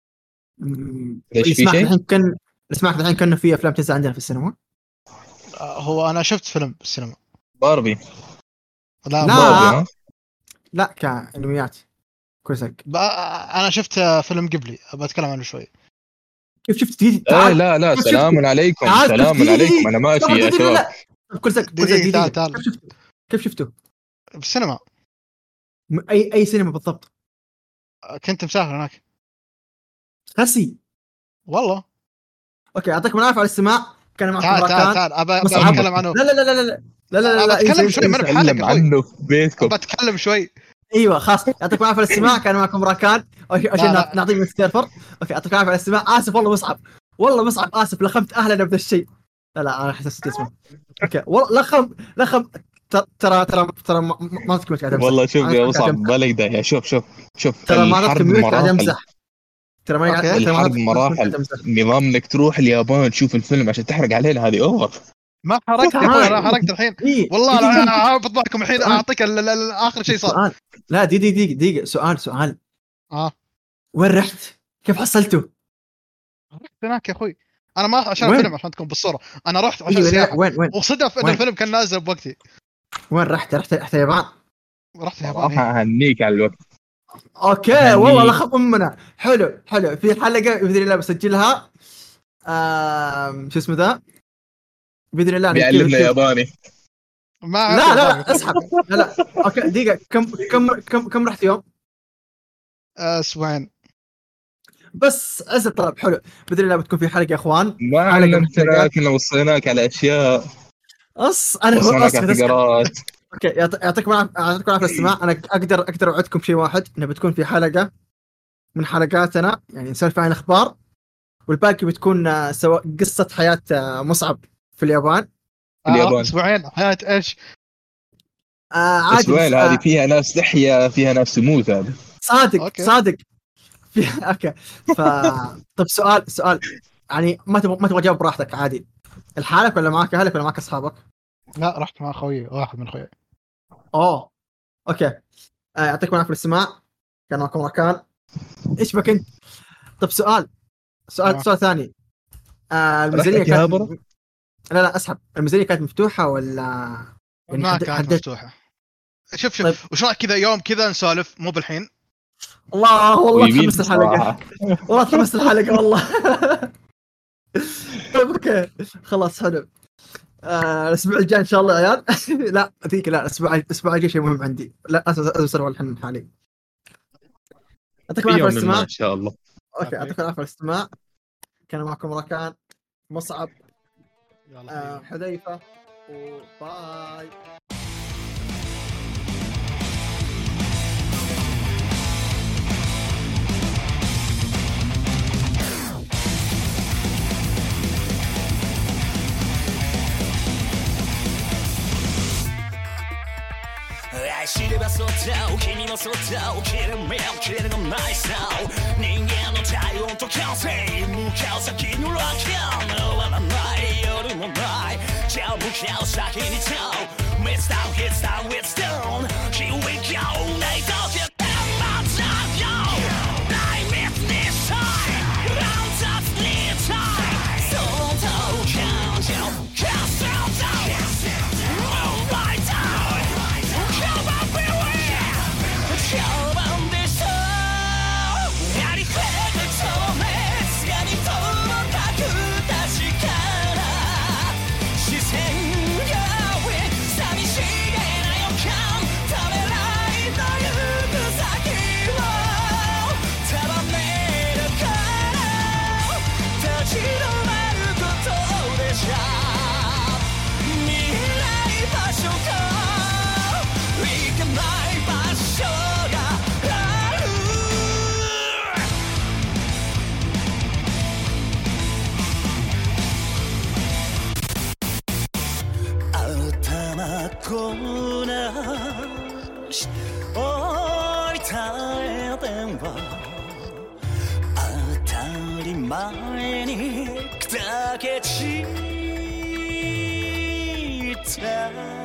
م-
ليش
اللي
في
سمعت
شيء؟
الحين كان اللي سمعت الحين كانه في افلام تنزل عندنا في السينما.
آه هو انا شفت فيلم بالسينما.
باربي.
لا مو
باربي
باربي.
لا
ها.
لا كانميات كويسك.
ب- آه، انا شفت آه، فيلم قبلي بتكلم عنه شوي.
كيف شفت دي
ايه
تعال؟
لا لا،
كيف شفته؟
سلام عليكم،
تعال كيف
سلام عليكم،
دي
انا ماشي
دي
يا
دي لا
شباب.
لا كويسك كويسك
دقيقه،
دي
تعال
دي
تعال.
كيف شفته؟ كيف شفته؟
بالسينما.
م- اي اي سينما بالضبط؟
آه، كنت مسافر هناك
خسي.
والله.
اوكي يعطيكم العافيه على الاستماع. كان معكم
تعال تعال
راكان
تعال ابى أبى
مصعب.
عمك
اتكلم عنه.
لا لا لا لا لا لا لا لا لا
ابى
لا انسى
اتكلم
انسى
شوي، ما انا
انسى.
بحلق
تكلم
يا اخوي.
عنه في بيتكم.
ابى اتكلم شوي.
ايوه خلاص يعطيكم العافيه على الاستماع. كان معكم راكان عشان
لا لا
نعطيه من السيرفر. اوكي يعطيكم العافيه على الاستماع. اسف والله مصعب، والله مصعب اسف لخمت اهلنا بهذا الشيء. لا لا انا حسست اسمه. اوكي والله لخم لخم ترى ترى ترى ترى ما ما تذكر قاعد امزح.
والله شوف
انا
يا
قاعد
مصعب
امزح.
بالك داعي، شوف شوف شوف
ترى ما تذكر
الحرب
ميوت قاعد
مراحل.
امزح. ترى ما
اوكي.
ترى ما
الحرب
تذكر
مراحل،
قاعد امزح.
نظام انك تروح اليابان تشوف الفيلم عشان تحرق علينا هذه اوفر.
ما حركت يا اخوي، انا حركت الحين.
اي
والله
دقيقة
انا
دقيقة.
عارف معكم الحين
سؤال
اعطيك ال- ال- ال- اخر شيء صار.
سؤال لا دي دي دي دقيقة سؤال سؤال
اه
وين رحت؟ كيف حصلته؟
رحت هناك يا اخوي. انا ما عشان
وين؟
الفيلم عشان تكون بالصوره، انا رحت عشان
إيه
السياحه.
وين وين
وصدف ان
وين
الفيلم كان نازل بوقتي.
وين رحت؟ رحت رحت اليابان.
رحت اليابان. إيه.
صراحة اهنيك على الوقت.
اوكي والله
اهنيك.
لخط امنا. حلو حلو في حلقة باذن الله بسجلها. آم... شو اسمه ذا باذن الله كيف
بيعلمنا
كيف.
ياباني.
ما
لا
أعرف
لا لا
ياباني.
اسحب. لا لا اوكي دقيقة كم كم كم كم رحت يوم؟
آه، اسبوعين.
بس عز الطلب حلو. باذن الله بتكون في حلقة يا اخوان.
ما
حلقة من
علمتنا،
حلقات
كنا وصيناك على اشياء،
أص أنا
وصيناك
أص
على فقرات.
اوكي يعط- يعطيكم العافيه يعطيكم العافيه الاستماع. انا اقدر اقدر اوعدكم شيء واحد، انها بتكون في حلقه من حلقاتنا يعني نسولف عن الاخبار، والباقي بتكون آه، سواء قصه حياه آه، مصعب في اليابان
اليابان.
اسبوعين حياه ايش؟
آه عادي
اسبوعين
آه
هذه فيها ناس تحيا فيها ناس تموت هذه.
صادق
أوكي.
صادق في اوكي ف طب سؤال سؤال يعني ما تبغى ما تبغى تجاوب براحتك عادي. لحالك ولا معك اهلك ولا معك اصحابك؟
لا رحت مع اخوي واحد من اخوي.
اوه اوكي آه يعطيكم العافيه الاستماع. كان معكم ركان. ايش بك انت؟ طب سؤال سؤال
آه.
سؤال ثاني. آه الميزانيه
رحلة
كانت
يابرة؟
لا لا اسحب. الميزانيه كانت مفتوحه ولا يعني
ما
حد...
كانت
حددت؟
مفتوحه. شوف شوف
طيب.
وش رايك كذا يوم كذا نسولف مو بالحين.
الله والله
ويمين
تحمست الحلقه
صراحة.
والله تحمست الحلقه والله. طيب اوكي خلاص حلو. آه الاسبوع الجاي ان شاء الله يا عيال. لا ذيك لا الاسبوع الاسبوع الجاي شيء مهم عندي. لا اسوي الحين حالي. يعطيكم
في
العافيه
يوم ما
الاستماع.
ان شاء الله.
اوكي يعطيكم العافيه الاستماع. كان معكم ركان مصعب
يلا
آه حذيفه وباي.
愛知ればそうだ君もそうだ起きる目を切れるのないさ人間の体温と感性向かう先のラッキー終わらない夜もないじゃあ向かう先にちゃう It's down, it's down, it's down Here we go ないときってまたよない密にしたい乱雑にしたいその感情 Cast it down Move right down評判でしょやりふれる透明艶にともかく確かな視線が上寂しげな予感ためらいの行く先を束ねるから立ち止まることでしょ見えない場所か行かない場所こなし降りた電話当たり前に砕け散った